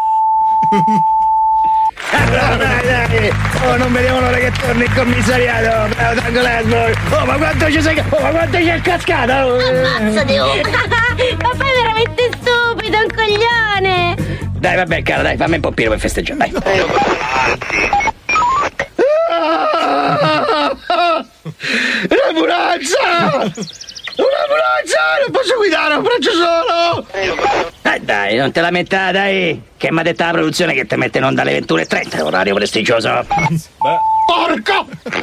Allora, dai, dai. Oh, non vediamo l'ora che torni il commissariato. Bravo, Tango Lesbo. Oh, ma quanto ci sei. Oh, ma quanto c'è cascato. Ammazzati, oh. Papà è veramente stupido, un coglione. Dai, vabbè, cara, dai, fammi un po' pieno per festeggiare, dai. L'ambulanza! Un'ambulanza! Non posso guidare, un braccio solo! Eh dai, non te la metta, dai! Che mi ha detto la produzione che ti mette in onda alle ventuno e trenta, orario prestigioso. Porco!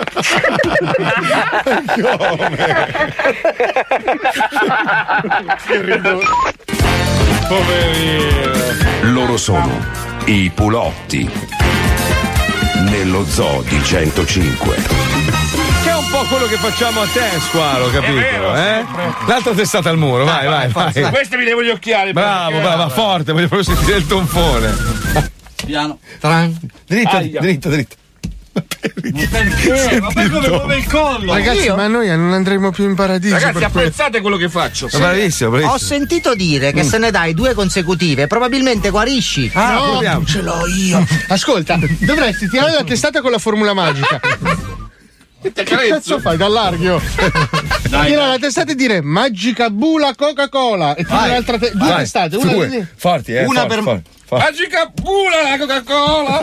Poverino. Loro sono i Pulotti nello Zoo di centocinque. Che è un po' quello che facciamo a te, Squalo, capito? vero, eh? L'altra testata al muro, vai, vai, vai. Su queste mi devo gli occhiali. Bravo, bravo, va forte, voglio proprio sentire il tonfone. Piano. Tran. Dritto, Aia. dritto, dritto. Perché? Ma poi come muove il collo? Ragazzi, Io? ma noi non andremo più in paradiso. Ragazzi, per questo. apprezzate quello che faccio. Bravissimo, bravissimo. Ho sentito dire che se ne dai due consecutive, probabilmente guarisci. Ah, no, proviamo. ce l'ho io. Ascolta, dovresti tirare la testata con la formula magica. Che cazzo fai? D'allarghio. Tirare la testata e dire magica bula Coca-Cola. E tira un'altra te- due Vai, testate. Una due. così. Forti, eh. Una forti, per- forti, forti. Magica pula la Coca-Cola.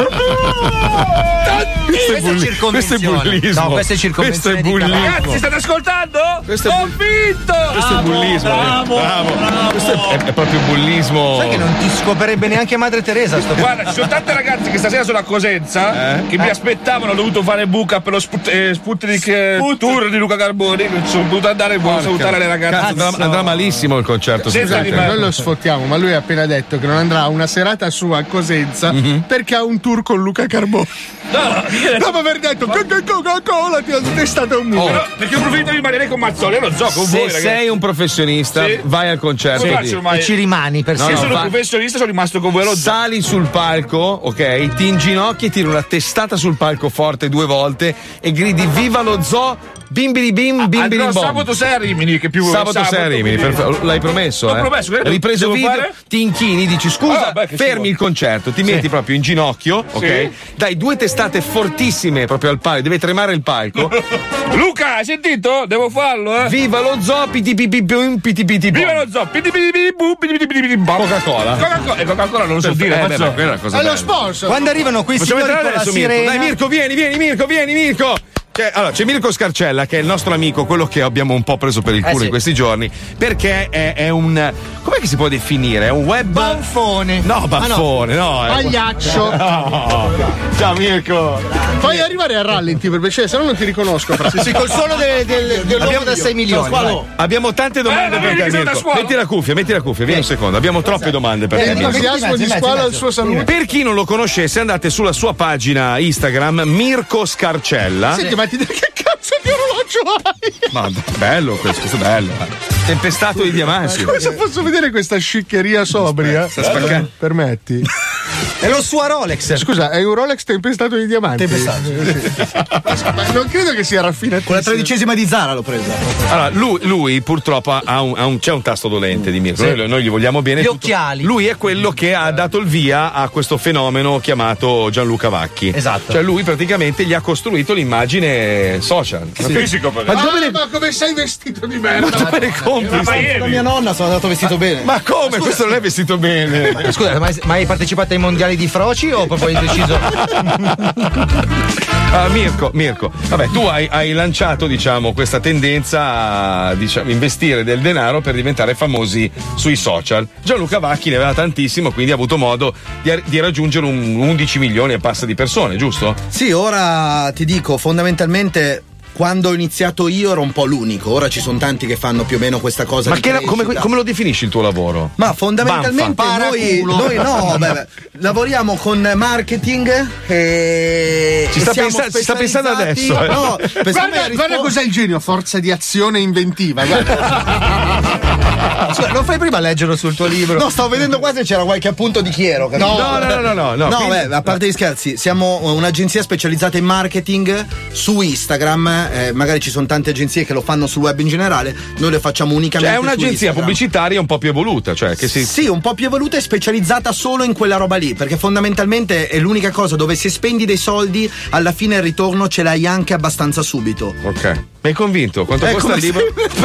Questo è, Questa è bulli- questo è circonvenzione. bullismo. No, questa è circonvenzione Questo è di bullismo. Ragazzi, state ascoltando? Questo è Ho bu- vinto! Questo è bullismo. bravo, eh. bravo. bravo. Questo è, è proprio bullismo. Sai che non ti scoperebbe neanche Madre Teresa sto Guarda, ci sono tante ragazze che stasera sono a Cosenza Eh? che mi aspettavano, ho dovuto fare buca per lo Sput- eh, Sputnik eh, Tour di Luca Carboni. Sono dovuto andare, voglio salutare le ragazze. Cazzo, andrà, andrà malissimo il concerto. Senza scusate. di me. Noi lo sfottiamo, ma lui ha appena detto che non andrà a una serata sua a Cosenza Mhm. perché ha un tour con Luca Carboni. No, no, io ho detto- Dopo aver detto che che Coca-Cola ti ha testato un muro. Però, perché ho preferito rimanere con Mazzoli, io lo so con Se voi, ragazzi. sei un professionista, Sì. vai al concerto. Come di- faccio ormai? e ci rimani per No, Se no, sempre. sono va- professionista sono rimasto con voi allo zoo. Sali sul palco, ok? Ti inginocchi e tiri una testata sul palco forte due volte e gridi viva lo zoo, bimbidi bim, bimbidi Andrò bom. sabato sei aRimini, che più Sabato sei a Rimini, quindi- perfetto. L'hai promesso, L'ho eh? promesso, che Ripreso devo video, fare? ti inchini, dici scusa, Ah, beh, che fermi ci il concerto, ti metti proprio in ginocchio, ok? Sì. Dai due testate fortissime proprio al palco, deve tremare il palco. Luca, hai sentito? Devo farlo, eh? Viva lo zoo, piti piti pim, piti piti bom. Viva lo zoo! Pidi pidi pidi bu, pidi pidi pidi bam. Coca-Cola. Coca-Cola, e Coca-Cola non lo so dire, Eh, beh, faccio- beh, quella è una cosa È lo bella. sponsor. Quando arrivano quei Facciamo signori entrare con la adesso Mirko. sirena. Dai Mirko, vieni, vieni Mirko, vieni Mirko. C'è, allora, c'è Mirko Scarcella che è il nostro amico, quello che abbiamo un po' preso per il Eh, culo sì. in questi giorni, perché è, è un. Com'è che si può definire? È un web. Banfone. No, baffone, no. è- Pagliaccio. No. Ciao Mirko. Puoi arrivare a rallenti per piacere, se no non ti riconosco. Fra. Sì, sì, col suono del, del, dell'uomo da sei milioni. vai. Abbiamo tante domande Eh, per vedi te, che sono da Mirko. scuola? Metti la cuffia, metti la cuffia, vieni un secondo. Abbiamo troppe domande per te. Mirko. L'entusiasmo di squalo al suo saluto. Per chi non lo conoscesse, andate sulla sua pagina Instagram, Mirko Scarcella. Senti, ma ti che cazzo di orologio hai? Ma bello questo, questo è bello. Tempestato di diamanti. Come posso vedere questa sciccheria sobria? Sta spaccando. Permetti? È lo sua Rolex. Scusa, è un Rolex tempestato di diamanti. Tempestato. Ma non credo che sia raffinatissimo. Con la tredicesima di Zara l'ho presa. Allora, lui, lui purtroppo ha un, ha un- c'è un tasto dolente di Mirko. Sì. Noi, noi gli vogliamo bene. Gli tutto. occhiali. Lui è quello che ha dato il via a questo fenomeno chiamato Gianluca Vacchi. Esatto. Cioè, lui praticamente gli ha costruito l'immagine social. Fisico, però. Ma Ah, dove ne, ma come sei vestito di ma merda? dove ne compri? Ma ieri- Con mia nonna sono andato vestito bene. Ma come? Questo non è vestito bene. Scusa, ma hai, ma hai partecipato ai mondiali di froci o proprio hai deciso? Ah, Mirko, Mirko, vabbè, tu hai, hai lanciato, diciamo, questa tendenza a diciamo, investire del denaro per diventare famosi sui social. Gianluca Vacchi ne aveva tantissimo, quindi ha avuto modo di, di raggiungere un undici milioni e passa di persone, giusto? Sì, ora ti dico, fondamentalmente quando ho iniziato io ero un po' l'unico, ora ci sono tanti che fanno più o meno questa cosa. Ma di che, crescita. come, come lo definisci il tuo lavoro? Ma fondamentalmente noi, noi no, beh, lavoriamo con marketing e Ci sta, e siamo pensa- ci sta pensando specializzati- adesso, eh. No, per Guarda, me rispo- guarda cos'è il genio, forza di azione inventiva. Guarda. Scusa, non fai prima a leggerlo sul tuo libro? No, stavo vedendo qua se c'era qualche appunto di Chiero. capito? No, no, no, no, no, no. No, Quindi- beh, a parte gli scherzi, siamo un'agenzia specializzata in marketing su Instagram. Eh, magari ci sono tante agenzie che lo fanno sul web in generale. Noi lo facciamo unicamente Cioè è su un'agenzia Instagram. pubblicitaria un po' più evoluta, cioè che si. Sì, un po' più evoluta e specializzata solo in quella roba lì, perché fondamentalmente è l'unica cosa dove se spendi dei soldi, alla fine il ritorno ce l'hai anche abbastanza subito. Ok. Mi hai convinto? Quanto Eh, costa il come libro?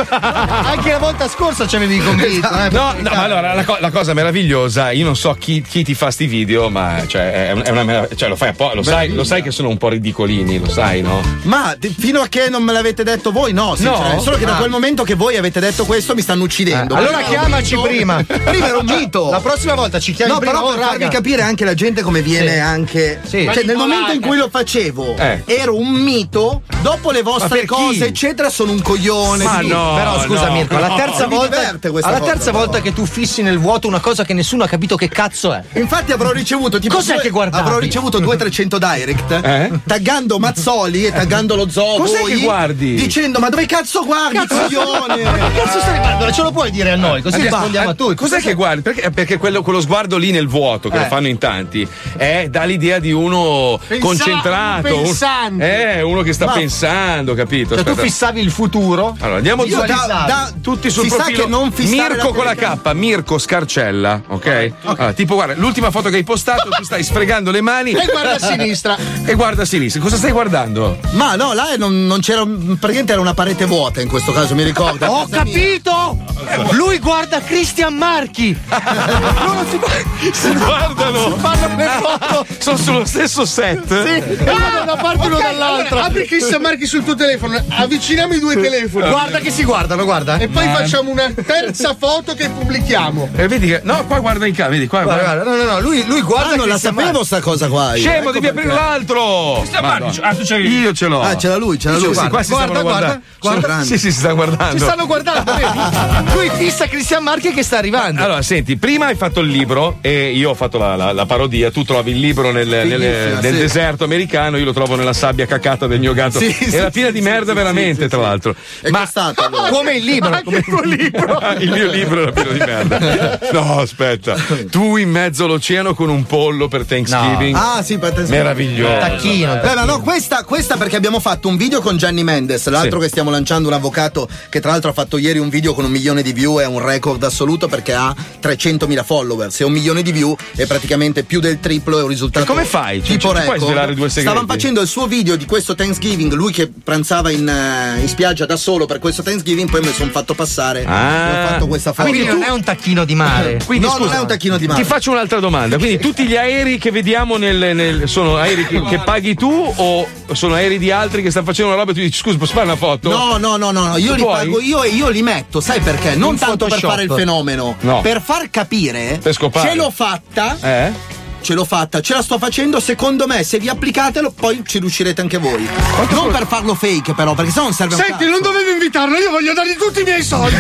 Anche la volta scorsa ci avevi convinto. Eh, No, no, ma allora la, co- la cosa meravigliosa, io non so chi, chi ti fa sti video, ma cioè, è, un- è una merav- cioè lo fai apposta, lo sai, lo sai che sono un po' ridicolini, lo sai, no? Ma d- fino a che non me l'avete detto voi, no, sinceramente. No? Solo che da Ah. quel momento che voi avete detto questo mi stanno uccidendo. Eh, allora Prima era un chiamaci mito. prima. Prima era un mito. La prossima volta ci chiami No, prima. però Oh, per farvi raga. capire anche la gente come viene Sì. anche. Sì. Cioè, nel momento in cui lo facevo, Eh. ero un mito. Dopo le Ma vostre per chi? cose, eccetera, sono un coglione. Ma sì. no, Però scusa no, Mirko, alla no. terza Mi volta diverte questa alla cosa, terza però. volta che tu fissi nel vuoto una cosa che nessuno ha capito che cazzo è. Infatti avrò ricevuto tipo Cos'è due- che guardavi? avrò ricevuto duecento trecento direct Eh? taggando Mazzoli e taggando lo zoo Cos'è voi, che guardi? dicendo ma dove cazzo guardi coglione? Ma che cazzo stai guardando? Ce lo puoi dire a noi, così Andiamo- rispondiamo a eh, tutti. Cos'è che guardi? Perché, perché quello, quello sguardo lì nel vuoto, che Eh. lo fanno in tanti, è, dà l'idea di uno Pensa- concentrato, un un- pensante. eh, uno che sta Ma- pensando, capito? Cioè tu Aspetta. fissavi il futuro. Allora andiamo Io tutti, da- da- tutti sul si sa profilo che non fissare Mirko la con la telecamera. K, Mirko Scarcella, ok? Allora, tipo guarda, l'ultima foto che hai postato, tu stai sfregando le mani E guarda a sinistra. e guarda a sinistra. Cosa stai guardando? Ma no, là non, non c'era praticamente era una parete vuota in questo caso, mi ricordo. Ho capito! Lui guarda Christian Marchi! Loro si, si guardano! Fanno le foto! Sono sullo stesso set? E uno da una parte e uno Ok, dall'altra. allora, apri Christian Marchi sul tuo telefono, avviciniamo i due telefoni. Guarda che si guardano, guarda. E poi facciamo una terza foto che pubblichiamo. E vedi che. No, qua guarda in casa, vedi qua. Guarda, guarda. guarda, no, no, no, lui, lui guarda Ah, non la Christian sapevo Marchi. sta cosa qua. io. Scemo, Ecco devi aprire perché. l'altro! Marchi, ah, tu c'hai- Io ce l'ho. Ah, c'era lui, c'era lui. Sì, qua si guarda, stavano guarda, guardando. guarda. Sono- Sì, sì, si stanno guardando. Ci stanno guardando, vedi? Lui fissa Christian Marchi che sta arrivando. Allora, senti, prima hai fatto il libro e io ho fatto la, la- la parodia. Tu trovi il libro nel, nel- Fighissima, nel sì. deserto americano, io lo trovo nella sabbia cacata del mio gatto. Sì, sì, Era sì, piena di sì, merda, sì, veramente, sì, tra sì. l'altro. È costato allora. Come il libro. Anche il tuo libro. il mio libro era pieno di merda. No, aspetta. Tu in mezzo all'oceano con un pollo per Thanksgiving. Ah, sì, per te. Meraviglioso. Tacchino. Beh, ma no, questa, questa perché abbiamo fatto un video con Gianni Mendes, l'altro Sì. che stiamo lanciando, un avvocato che tra l'altro ha fatto ieri un video con un milione di view, è un record assoluto perché ha trecentomila followers e un milione di view è praticamente più del triplo, è un risultato. E come fai? Cioè, tipo ci- ci puoi record. svelare due segreti? Stavano facendo il suo video di questo Thanksgiving, lui che pranzava in, eh, in spiaggia da solo per questo Thanksgiving, poi me lo sono fatto passare Ah. e ho fatto questa foto. Quindi non è un tacchino di mare. Quindi, no, scusa, non è un tacchino di mare. Ti faccio un'altra domanda. Quindi tutti gli aerei che vediamo nel, nel- sono aerei che, che paghi tu o sono aerei di altri che stanno facendo una roba e tu dici scusa, posso fare una foto? No, no, no, no, no, io Tu li puoi? pago io e io li metto, sai perché? Non In tanto per Photoshop. fare il fenomeno, No. per far capire. Per scopare. Ce l'ho fatta. Eh? Ce l'ho fatta, ce la sto facendo, secondo me se vi applicatelo poi ci riuscirete anche voi. Non per farlo fake però, perché sennò non serve a un Senti, cazzo. non dovevo invitarlo, io voglio dargli tutti i miei soldi.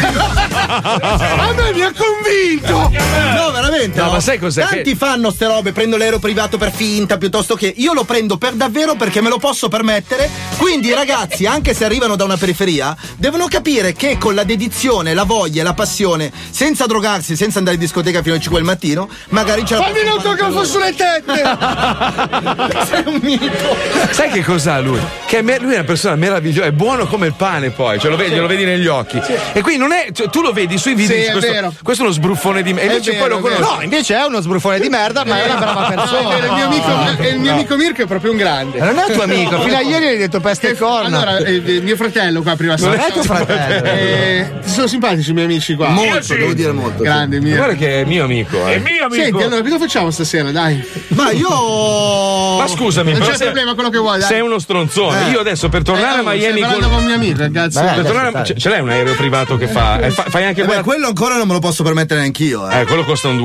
A me mi ha convinto. No, veramente. No, No, ma sai cos'è? Tanti Che- fanno ste robe, prendo l'aereo privato per finta piuttosto che. Io lo prendo per davvero perché me lo posso permettere. Quindi i ragazzi, anche se arrivano da una periferia, devono capire che con la dedizione, la voglia e la passione, senza drogarsi, senza andare in discoteca fino alle cinque del mattino, magari ce la Fammi un possono fare anche autografo loro. sulle tette. Sei un mito. Sai che cos'ha lui? Che è me- lui è una persona meravigliosa, è buono come il pane poi, cioè lo vedi, lo vedi negli occhi. E quindi non è. Cioè, tu lo vedi sui video Sì, e dici, è questo, vero. questo è uno sbruffone di me. E È invece vero, poi lo è vero. conosci. No, invece è uno sbruffone di merda, ma è una brava persona. No, è vero, il mio amico, il mio amico Mirko è proprio un grande. Ma non è tuo amico, fino a ieri hai detto peste e corna. Allora, eh, eh, mio fratello qua prima Non sera. è tuo fratello. Eh, ti sono simpatici i miei amici qua. Molto, devo dire molto. sì. Grande Mirko. Guarda che è mio amico. È Eh. mio amico. Senti, allora cosa facciamo stasera, dai? Ma io. Ma scusami, Non però c'è sei- problema, quello che vuoi, dai. sei uno stronzone. Eh. Io adesso per tornare Eh, a oh, stai Miami parlando con. con mio amico, ragazzi. Beh, per adesso tornare, stai. ce, ce l'hai un aereo privato che fa. eh, fa- fai anche Eh beh, quella. quello ancora non me lo posso permettere neanch'io, eh. Eh, quello costa un due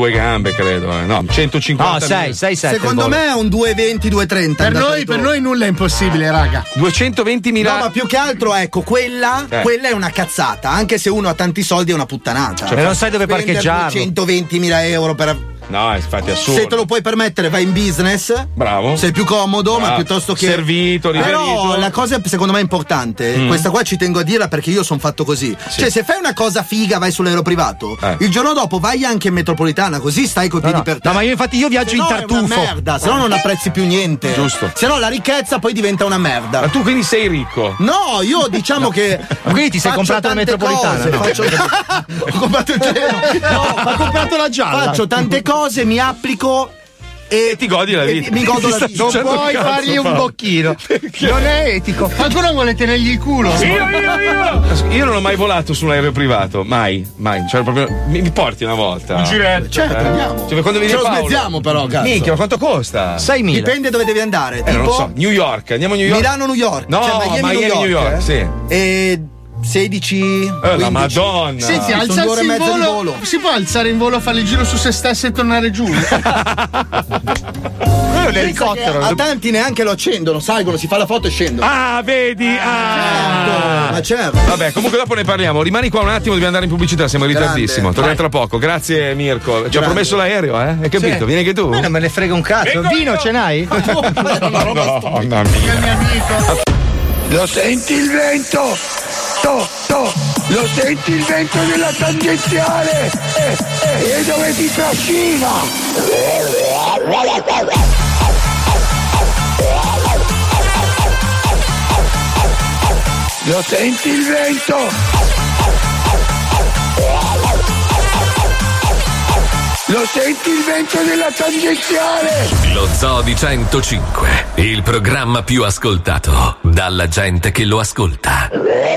due gambe, credo. Eh. No, centocinquanta. No, sei, sei, sette. Secondo me è un due venti, due trenta. Per noi, per noi nulla è impossibile, raga. duecentoventimila. No, ma più che altro, ecco, quella, Eh. quella è una cazzata. Anche se uno ha tanti soldi è una puttanata. Cioè, non sai dove Spendere parcheggiarlo. duecentoventimila euro per. No, infatti è assurdo. Se te lo puoi permettere, vai in business. Bravo. Sei più comodo, Bravo. ma piuttosto che. Servito, riverito. Però la cosa secondo me importante, Mm. questa qua ci tengo a dirla perché io sono fatto così. Sì. Cioè, se fai una cosa figa, vai sull'aereo privato, Eh. il giorno dopo vai anche in metropolitana, così stai coi piedi no. per terra. No, ma io infatti io viaggio Se in no è tartufo. una merda, se no non apprezzi più niente. Giusto. Se no la ricchezza poi diventa una merda. Ma tu quindi sei ricco? No, io diciamo che. Ma quindi ti sei faccio comprato la tante metropolitana? cose, No. faccio- Ho comprato il treno. No, ma ha comprato la gialla. Faccio tante cose, mi applico. E, E ti godi la e vita. mi godo Ti la sta vita. Non Certo, puoi cazzo, fargli un Paolo. bocchino. Non è etico. Qualcuno vuole tenergli il culo. Io, io, io. Io non ho mai volato su un aereo privato, mai, mai. Cioè, proprio. Mi, mi porti una volta? Un giretto. Certo, Eh. andiamo. Cioè, quando viene Ce lo Paolo- smezziamo però, cazzo. Minchia, ma quanto costa? seimila. Dipende dove devi andare. Eh, tipo non lo so. New York, andiamo a New York. Milano, New York. No, cioè Miami, Miami, New York. New York, eh? sì. E sedici. Eh, la quindici. Madonna. Senti, Sono due ore alzarsi e in mezza di volo, volo. si può alzare in volo, fare il giro su se stesso e tornare giù? Quello è l'elicottero. A tanti neanche lo accendono, salgono, si fa la foto e scendono. Ah, vedi? Ah. Ma certo. Vabbè, comunque dopo ne parliamo. Rimani qua un attimo, dobbiamo andare in pubblicità, siamo in Grande. ritardissimo. Torniamo tra poco. Grazie Mirko. Ci ha Grande. promesso l'aereo, eh? Hai capito? Sì. Vieni anche tu? Ma non me ne frega un cazzo. Vengo Vino io. ce n'hai? Madonna mia. Lo senti il vento? To, to. Lo senti il vento della tangenziale? Eh, eh, e dove ti trascina? Lo senti il vento? Lo senti il vento della tangenziale? Lo Zoo di centocinque, il programma più ascoltato dalla gente che lo ascolta.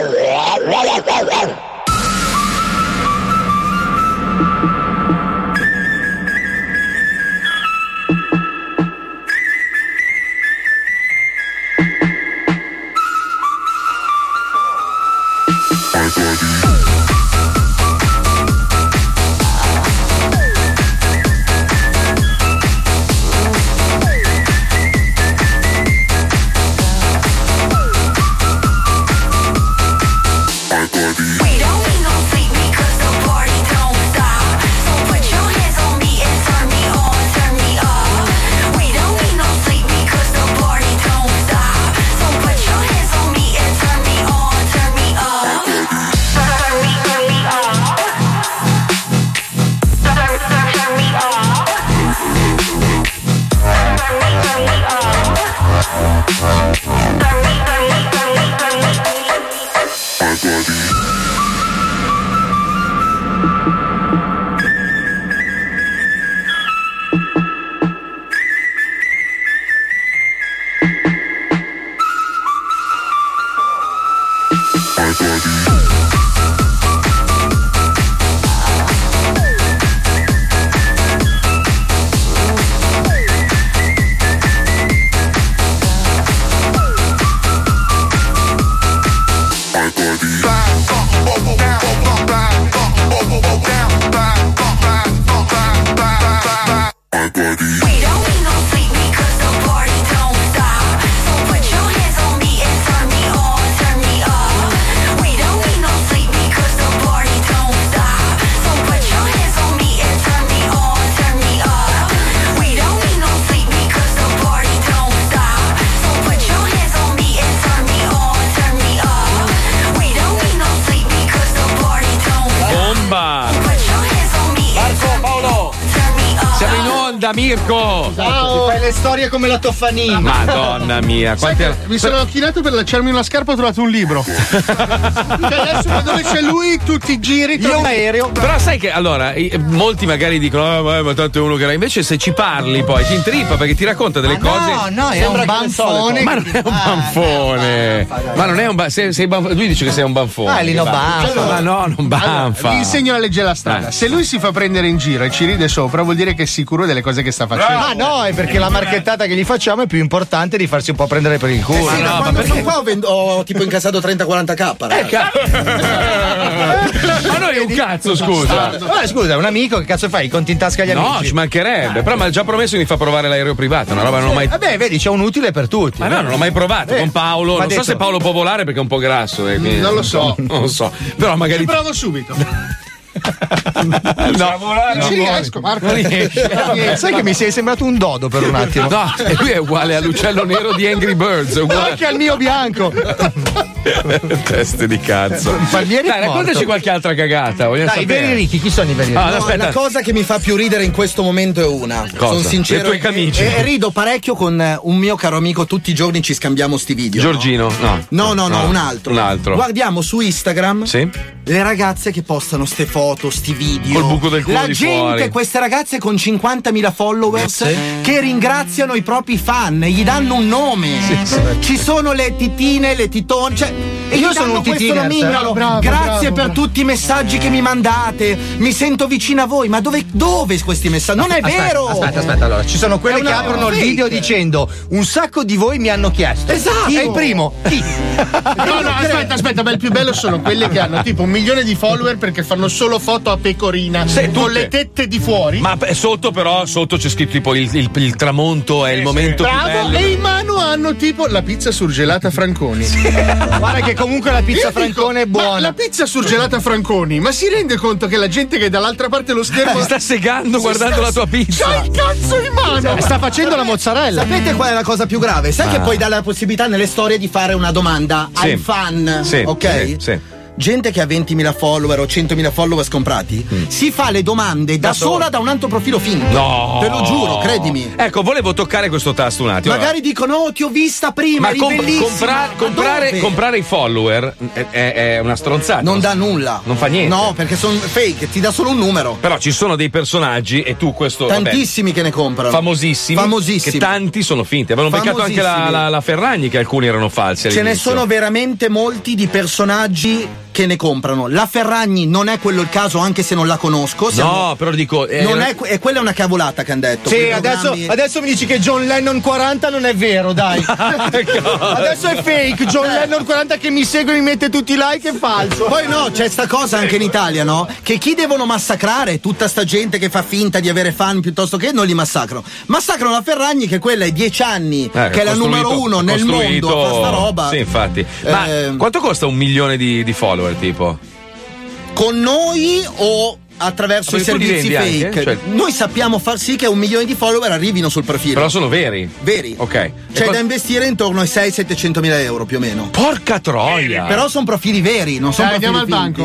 We don't need no sleep because the party don't stop. So put your hands on me and turn me on, turn me up. We don't need no sleep because the party don't stop. So put your hands on me and turn me on, turn me up. Turn me, turn me up. Turn, turn, turn me up. Turn me, turn me up. Turn me, turn me, turn me, turn me, turn me. We don't need no sleep because the party don't stop. So put your hands on me and turn me on, turn me up. We don't need no sleep because the party don't stop. So put your hands on me and turn me on, turn me up. We don't need no sleep because the party don't stop. So put your hands on me and turn me on, turn me up. We don't need no sleep because the party don't stop. Bomba! Put your hands on me and Marco, Paolo! turn me up. Siamo in onda, Mirko! Ciao. Ti fai le storie come la Toffanini. Madonna mia, Sai quante... che mi sono chinato per lasciarmi una scarpa, ho trovato un libro. Cioè adesso dove c'è lui, tutti i giri. Io un aereo. Però sai che allora i- molti magari dicono ah, ma, ma tanto è uno che era. Invece se ci parli poi ti intrippa perché ti racconta delle Ma cose. no, no, è Sembra un che ne so le banfone. Ma non è un banfone. Ma non è un ba- sei, sei banf- lui dice che sei un banfone. Ah, Lino Che Banfa. Ma no, non Allora, banfa. vi insegno a leggere la strada. Eh. Se lui si fa prendere in giro e ci ride sopra, vuol dire che è sicuro delle cose cose che sta facendo. Ma no, è perché la marchettata che gli facciamo è più importante di farsi un po' prendere per il culo. Eh sì, no, da ma quando perché- sono qua ho, vend- ho tipo incassato trenta quaranta k. Eh, Ma noi è un cazzo, scusa. Ma scusa, è un amico, che cazzo fai? I conti in tasca agli amici? No, ci mancherebbe. Però mi ha già promesso che mi fa provare l'aereo privato. Una roba non ho mai. Vabbè, vedi, c'è un utile per tutti. Ma no, non l'ho mai provato Eh, con Paolo. ma Non so detto- se Paolo può volare perché è un po' grasso. eh, quindi- Non lo so. Non lo so. Però magari. Ci provo subito. No, Non ci riesco, Marco. Non riesce. Eh, Sai che mi sei sembrato un dodo per un attimo. No, e lui è uguale all'uccello nero di Angry Birds. È uguale. Anche al mio bianco. Teste di cazzo. Palmieri è Dai, raccontaci morto. qualche altra cagata. vogliamo Dai, i sapere. veri ricchi, chi sono i veri ricchi? Ah, No, aspetta. la cosa che mi fa più ridere in questo momento è una. Cosa? Sono sincero. Le tue camicie. E, e rido parecchio con eh, un mio caro amico, tutti i giorni ci scambiamo sti video. Giorgino? No. No, no, no, un altro. Un altro. Guardiamo su Instagram Sì. le ragazze che postano ste foto, sti video. Col buco del culo La di gente, fuori. queste ragazze con cinquantamila followers Sì. che ringraziano i propri fan, gli danno un nome. Ci sono le titine, le titone, cioè. E Io gli sono danno un questo titiner, nomignolo. eh. Bravo, Grazie bravo, per bravo. tutti i messaggi che mi mandate. Mi sento vicina a voi. Ma dove, dove questi messaggi? Non è Aspetta, vero! Aspetta, aspetta, allora, ci sono quelle È che una aprono il fake. video dicendo un sacco di voi mi hanno chiesto. Esatto. Chi è il primo? Chi? No, no, aspetta, aspetta, ma il più bello sono quelle che hanno tipo un milione di follower perché fanno solo foto a pecorina Sì, con tutte. le tette di fuori. Ma beh, sotto, però, sotto c'è scritto tipo il, il- il tramonto è il momento più Bravo, bello. e in mano hanno tipo la pizza surgelata Franconi. Guarda che comunque la pizza Io Francone è dico, buona. Ma la pizza surgelata Franconi, ma si rende conto che la gente che è dall'altra parte dello schermo Si sta segando si guardando sta- la tua pizza. C'ha il cazzo in mano! Sta facendo la mozzarella. Sapete qual è la cosa più grave? Sai Ah. che poi dà la possibilità nelle storie di fare una domanda Sì. ai fan, Sì, ok? sì, sì. Gente che ha ventimila follower o centomila follower comprati si fa le domande da, Da sola. sola da un altro profilo finto. No! Te lo giuro, credimi. Ecco, volevo toccare questo tasto un attimo. Magari dicono, oh, ti ho vista prima, Ma eri com- bellissima. compra- Ma comprare, dove? comprare i follower è, è- è una stronzata. Non dà nulla. Non fa niente. No, perché sono fake, ti dà solo un numero. Però ci sono dei personaggi e tu questo. vabbè, Tantissimi che ne comprano. famosissimi. Famosissimi. Che tanti sono finti. Avevano beccato anche la, Famosissimi. la- la Ferragni, che alcuni erano falsi. Ce ne all'inizio. sono veramente molti di personaggi che ne comprano. La Ferragni non è quello il caso, anche se non la conosco. siamo- No, però dico. eh, Non è, e quella è una cavolata che hanno detto. Sì, quei adesso, programmi- adesso mi dici che John Lennon quaranta non è vero, dai. Adesso è fake. John Lennon quaranta che mi segue e mi mette tutti i like è falso. Poi no, c'è sta cosa anche in Italia, no? Che chi devono massacrare? Tutta sta gente che fa finta di avere fan piuttosto che non li massacrano. Massacrano la Ferragni, che quella è dieci anni, Eh, che è la costruito- numero uno nel costruito- mondo a fare sta roba. Sì, infatti. Ma Eh, quanto costa un milione di, di follower, tipo? Con noi o attraverso Ma i tu li servizi vendi fake? anche? Cioè- Noi sappiamo far sì che un milione di follower arrivino sul profilo. Però sono veri. Veri. Ok. C'è E co- da investire intorno ai sei settecento mila euro più o meno. Porca troia! Però sono profili veri, non sono Dai, profili andiamo al finti.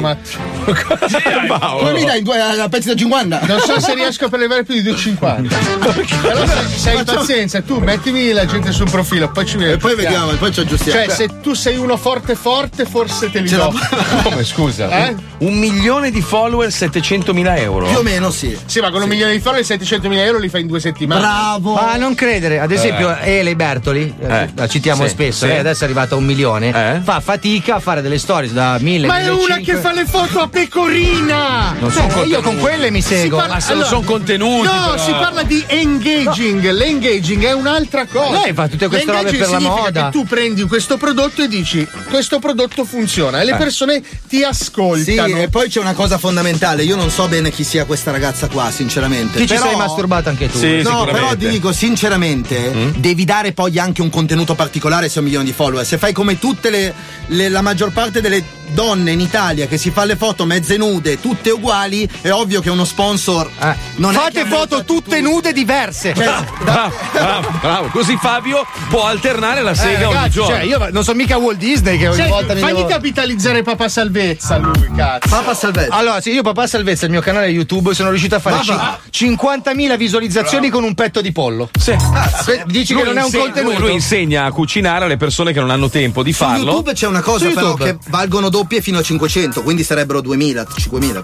banco, ma Come mi dai due la pezzi da cinquanta? non so se riesco a prelevare più di due e cinquanta. Allora se hai pazienza, tu mettimi la gente sul profilo, poi ci E poi vediamo, e poi ci aggiustiamo. Cioè, se tu sei uno forte forte, forse te li Ce do. la- Come scusa? Eh? Un milione di follower, settecentomila euro. Più o meno sì. Sì, ma con un milione di follower settecentomila euro li fai in due settimane. Bravo. Ma non credere, ad esempio, Ele Bertoli, eh, Eh. la citiamo Sì, spesso, sì. lei adesso è arrivata a un milione, Eh. fa fatica a fare delle stories da mille. Ma è una millecinquecento. che fa le foto a pecorina! Non Eh, sono io contenuti. con quelle mi Si seguo. parla- Ma se non sono contenuti. No, però. si parla di engaging. L'engaging è un'altra cosa. Lei fa tutte queste robe L'engaging per la significa moda. che tu prendi questo prodotto e dici questo prodotto funziona e le Eh. persone ti Sì, ascoltano. e poi c'è una cosa fondamentale. Io non so bene chi sia questa ragazza qua, sinceramente. Ti ci Però- sei masturbato anche tu. Sì. No, sicuramente. però ti dico sinceramente, devi dare poi anche un contenuto particolare se hai un milione di follower. Se fai come tutte le, le- la maggior parte delle donne in Italia che si fa le foto mezze nude, tutte uguali, è ovvio che uno sponsor Eh. non è Fate che ha foto molta tutte nude diverse. Bravo, bravo, bravo. Così Fabio può alternare la Eh, sega ogni ragazzi, giorno. cioè, io non sono mica Walt Disney che ogni Senti, volta mi fagli devo... capitalizzare Papà Salvezza lui, cazzo. Papa Salvezza. Allora, sì, io Papà Salvezza, il mio canale YouTube, sono riuscito a fare Ma cin- va. cinquantamila visualizzazioni con un petto di pollo. Sì. Se- Dici Lui che non è un insegna- contenuto? Lui, lui insegna a cucinare alle persone che non hanno tempo di Su farlo. YouTube c'è una cosa Su però YouTube. che valgono doppie fino a cinquecento, quindi sarebbero duemila, cinquemila più o meno.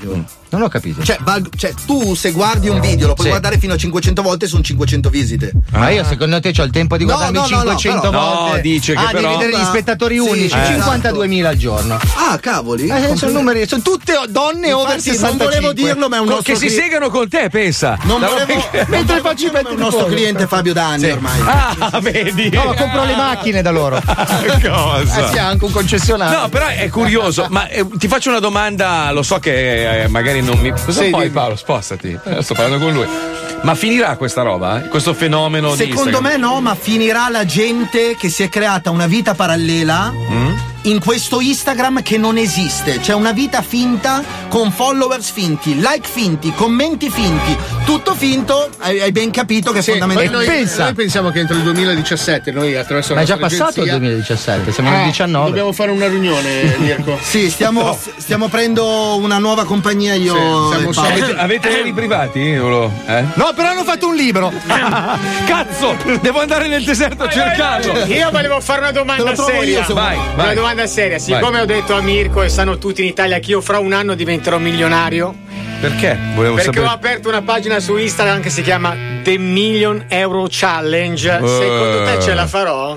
Non ho capito. Cioè, val- cioè, tu se guardi un video lo puoi Sì. guardare fino a cinquecento volte, sono cinquecento visite. Ma io secondo te c'ho il tempo di No, guardarmi no, no, no, cinquecento però- volte? No, dice che ah, però- devi vedere gli spettatori Sì, unici, eh. cinquantaduemila al giorno. Ah, cavoli. Eh, sono numeri, sono tutte donne over Infatti, sessantacinque. non volevo dirlo, ma è un Co- nostro che si cli- segano con te, pensa. Non Da- volevo Mentre faccio i pezzi il nostro cliente Fabio Danni ormai. Ah, vedi? No, ma compro le macchine da loro. Cosa? Eh sì, anche un concessionario. No, però è curioso, ma eh, ti faccio una domanda, lo so che eh, magari non mi. Cosa Sì, fai, dimmi. Paolo? Spostati. Eh, sto parlando con lui. Ma finirà questa roba? Eh? Questo fenomeno di Secondo Instagram? me no, ma finirà la gente che si è creata una vita parallela Mm? in questo Instagram che non esiste. C'è una vita finta con followers finti, like finti, commenti finti, tutto finto. Hai, hai ben capito che Sì, fondamentalmente. noi, noi pensiamo che entro il duemiladiciassette noi attraverso Ma la è già nostra passato il agenzia- duemiladiciassette, siamo Ah, nel diciannove. Dobbiamo fare una riunione, Mirko. Sì, stiamo, stiamo aprendo una nuova compagnia io. Sì, siamo e Paolo. solo- Avete, avete aerei privati? Io lo- eh? No, però hanno fatto un libro. Cazzo! Devo andare nel deserto a cercarlo. Io volevo fare una Te domanda lo trovo seria. io, se Vai, vuoi. vai. Una domanda seria. Siccome ho detto a Mirko e sanno tutti in Italia che io fra un anno diventerò milionario, Perché? Volevo perché sapere. ho aperto una pagina su Instagram che si chiama The Million Euro Challenge. Secondo te ce la farò?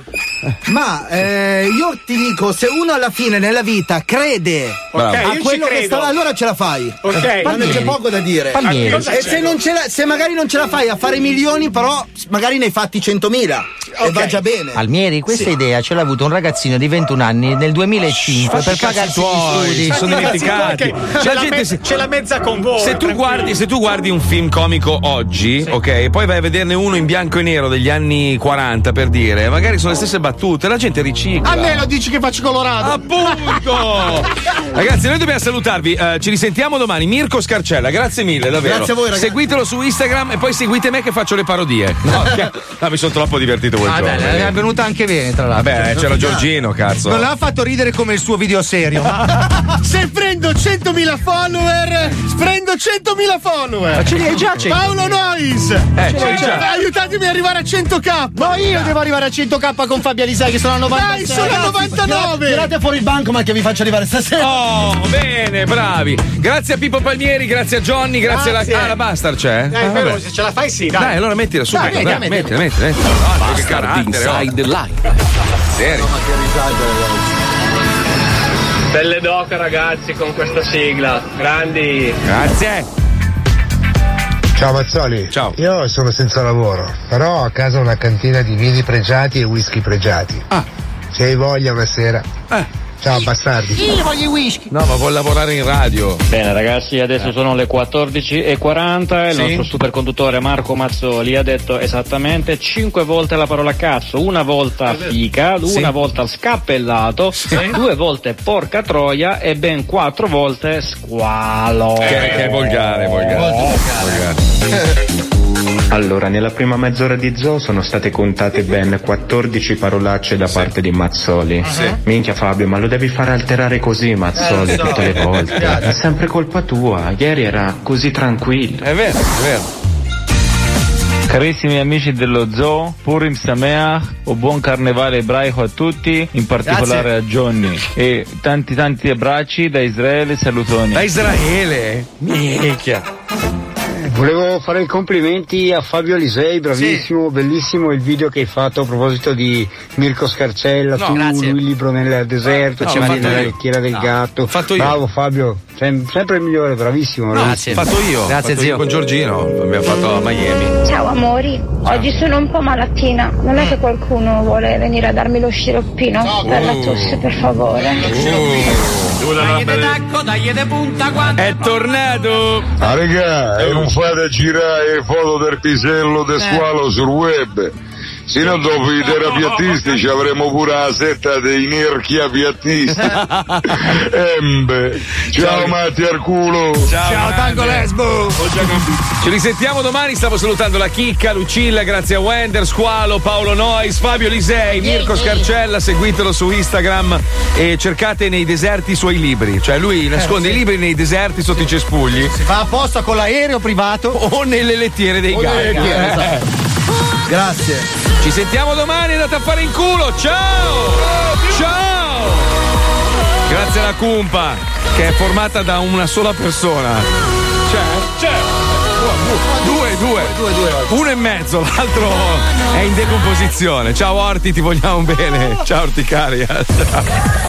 Ma eh, io ti dico, se uno alla fine nella vita crede Ok, a io ci quello che credo. sta, allora ce la fai. Ok. Ma non c'è poco da dire. Palmieri. Cosa E c'è? se, non ce la, se magari non ce la fai a fare milioni, però magari ne hai fatti centomila. E Ok. va già bene. Palmieri, questa Sì. idea ce l'ha avuto un ragazzino di ventuno anni nel duemilacinque per pagarsi gli studi. sono dimenticati. C'è, La la, gente me- si- c'è la mezza con voi. Se tu, guardi, se tu guardi un film comico oggi, ok, e poi vai a vederne uno in bianco e nero degli anni quaranta per dire, magari sono le stesse battute, la gente ricicla. A me lo dici che faccio colorato. Appunto! Ragazzi, noi dobbiamo salutarvi. eh, ci risentiamo domani. Mirko Scarcella, grazie mille, davvero. Grazie a voi, ragazzi. Seguitelo su Instagram e poi seguite me che faccio le parodie. No, che- no, mi sono troppo divertito quel Ah, giorno. beh, è venuta anche bene, tra l'altro. Vabbè, c'era Giorgino, cazzo. Non l'ha fatto ridere come il suo video serio. Ma Se prendo centomila follower, prendo centomila follower. Ma ce li hai già, cento. Paolo Nois. Eh, ce li hai già. Aiutatemi ad arrivare a cento k. No, io devo arrivare a cento k con Fabio Alisei che sono a novantasei. Dai, sono a novantanove. Tirate fuori il banco, ma che vi faccio arrivare stasera. Oh, bene, bravi. Grazie a Pippo Palmieri, grazie a Johnny, grazie, Grazie. alla. Ah, la Bastard c'è? Dai, Ah, però, vabbè. se ce la fai, sì, dai. Dai, allora mettila subito. Dai, Dai, metti, mettila, mettila, mettila. No, che Bastard carattere, oh. Inside Live. Serio. Belle doc ragazzi con questa sigla, grandi. Grazie. Ciao Mazzoli. Ciao. Io sono senza lavoro, però ho a casa una cantina di vini pregiati e whisky pregiati. Ah. Se hai voglia una sera. Eh. Ciao bastardi. Io voglio i whisky. No, ma vuol lavorare in radio. Bene ragazzi, adesso sono le quattordici e quaranta e il Sì. nostro superconduttore Marco Mazzoli ha detto esattamente cinque volte la parola cazzo, una volta fica, Sì. una volta scappellato, due volte porca troia e ben quattro volte squalo. Che, che è volgare, volgare. volgare. Allora, nella prima mezz'ora di Zoo sono state contate ben quattordici parolacce da parte di Mazzoli. Sì. Minchia Fabio, ma lo devi fare alterare così, Mazzoli, Eh, lo so. tutte le volte. È sempre colpa tua, ieri era così tranquillo. È vero, è vero. Carissimi amici dello Zoo, Purim Sameach o buon carnevale ebraico a tutti, in particolare Grazie. a Johnny. E tanti tanti abbracci da Israele, salutoni. Da Israele? Minchia. Volevo fare i complimenti a Fabio Alisei, bravissimo, bellissimo il video che hai fatto a proposito di Mirko Scarcella, No, tu, grazie. lui libro nel deserto, No, c'è l'ho Marina fatto la io. vecchiera del No, gatto. l'ho fatto io. Bravo Fabio, sem- sempre il migliore, bravissimo. bravissimo. Fatto io. Grazie, fatto io zio. con Giorgino. Abbiamo fatto a Miami. Ciao amori, oggi sono un po' malattina, non è che qualcuno vuole venire a darmi lo sciroppino per la tosse, per favore? È tornato. Ah regà, e non fate girare foto del pisello del squalo sul web. Se no dopo i terapiattisti ci avremo pure la setta dei nerchiapiattisti. Embe. Ciao Matti al culo. Ciao, Tango Lesbo. Ci risentiamo domani. Stavo salutando la Chicca, Lucilla, grazie a Wender, Squalo, Paolo Nois, Fabio Lisei, Mirko Scarcella. Seguitelo su Instagram e cercate nei deserti i suoi libri. Cioè lui nasconde Eh, sì. i libri nei deserti sotto i cespugli Si fa apposta con l'aereo privato o nelle lettiere dei O nelle gatti. lettiere, Eh. esatto. Grazie. Ci sentiamo domani, andate a fare in culo. Ciao! Ciao! Grazie alla Cumpa, che è formata da una sola persona. C'è? C'è. Due, due. Uno e mezzo, l'altro è in decomposizione. Ciao Orti, ti vogliamo bene. Ciao Orticaria.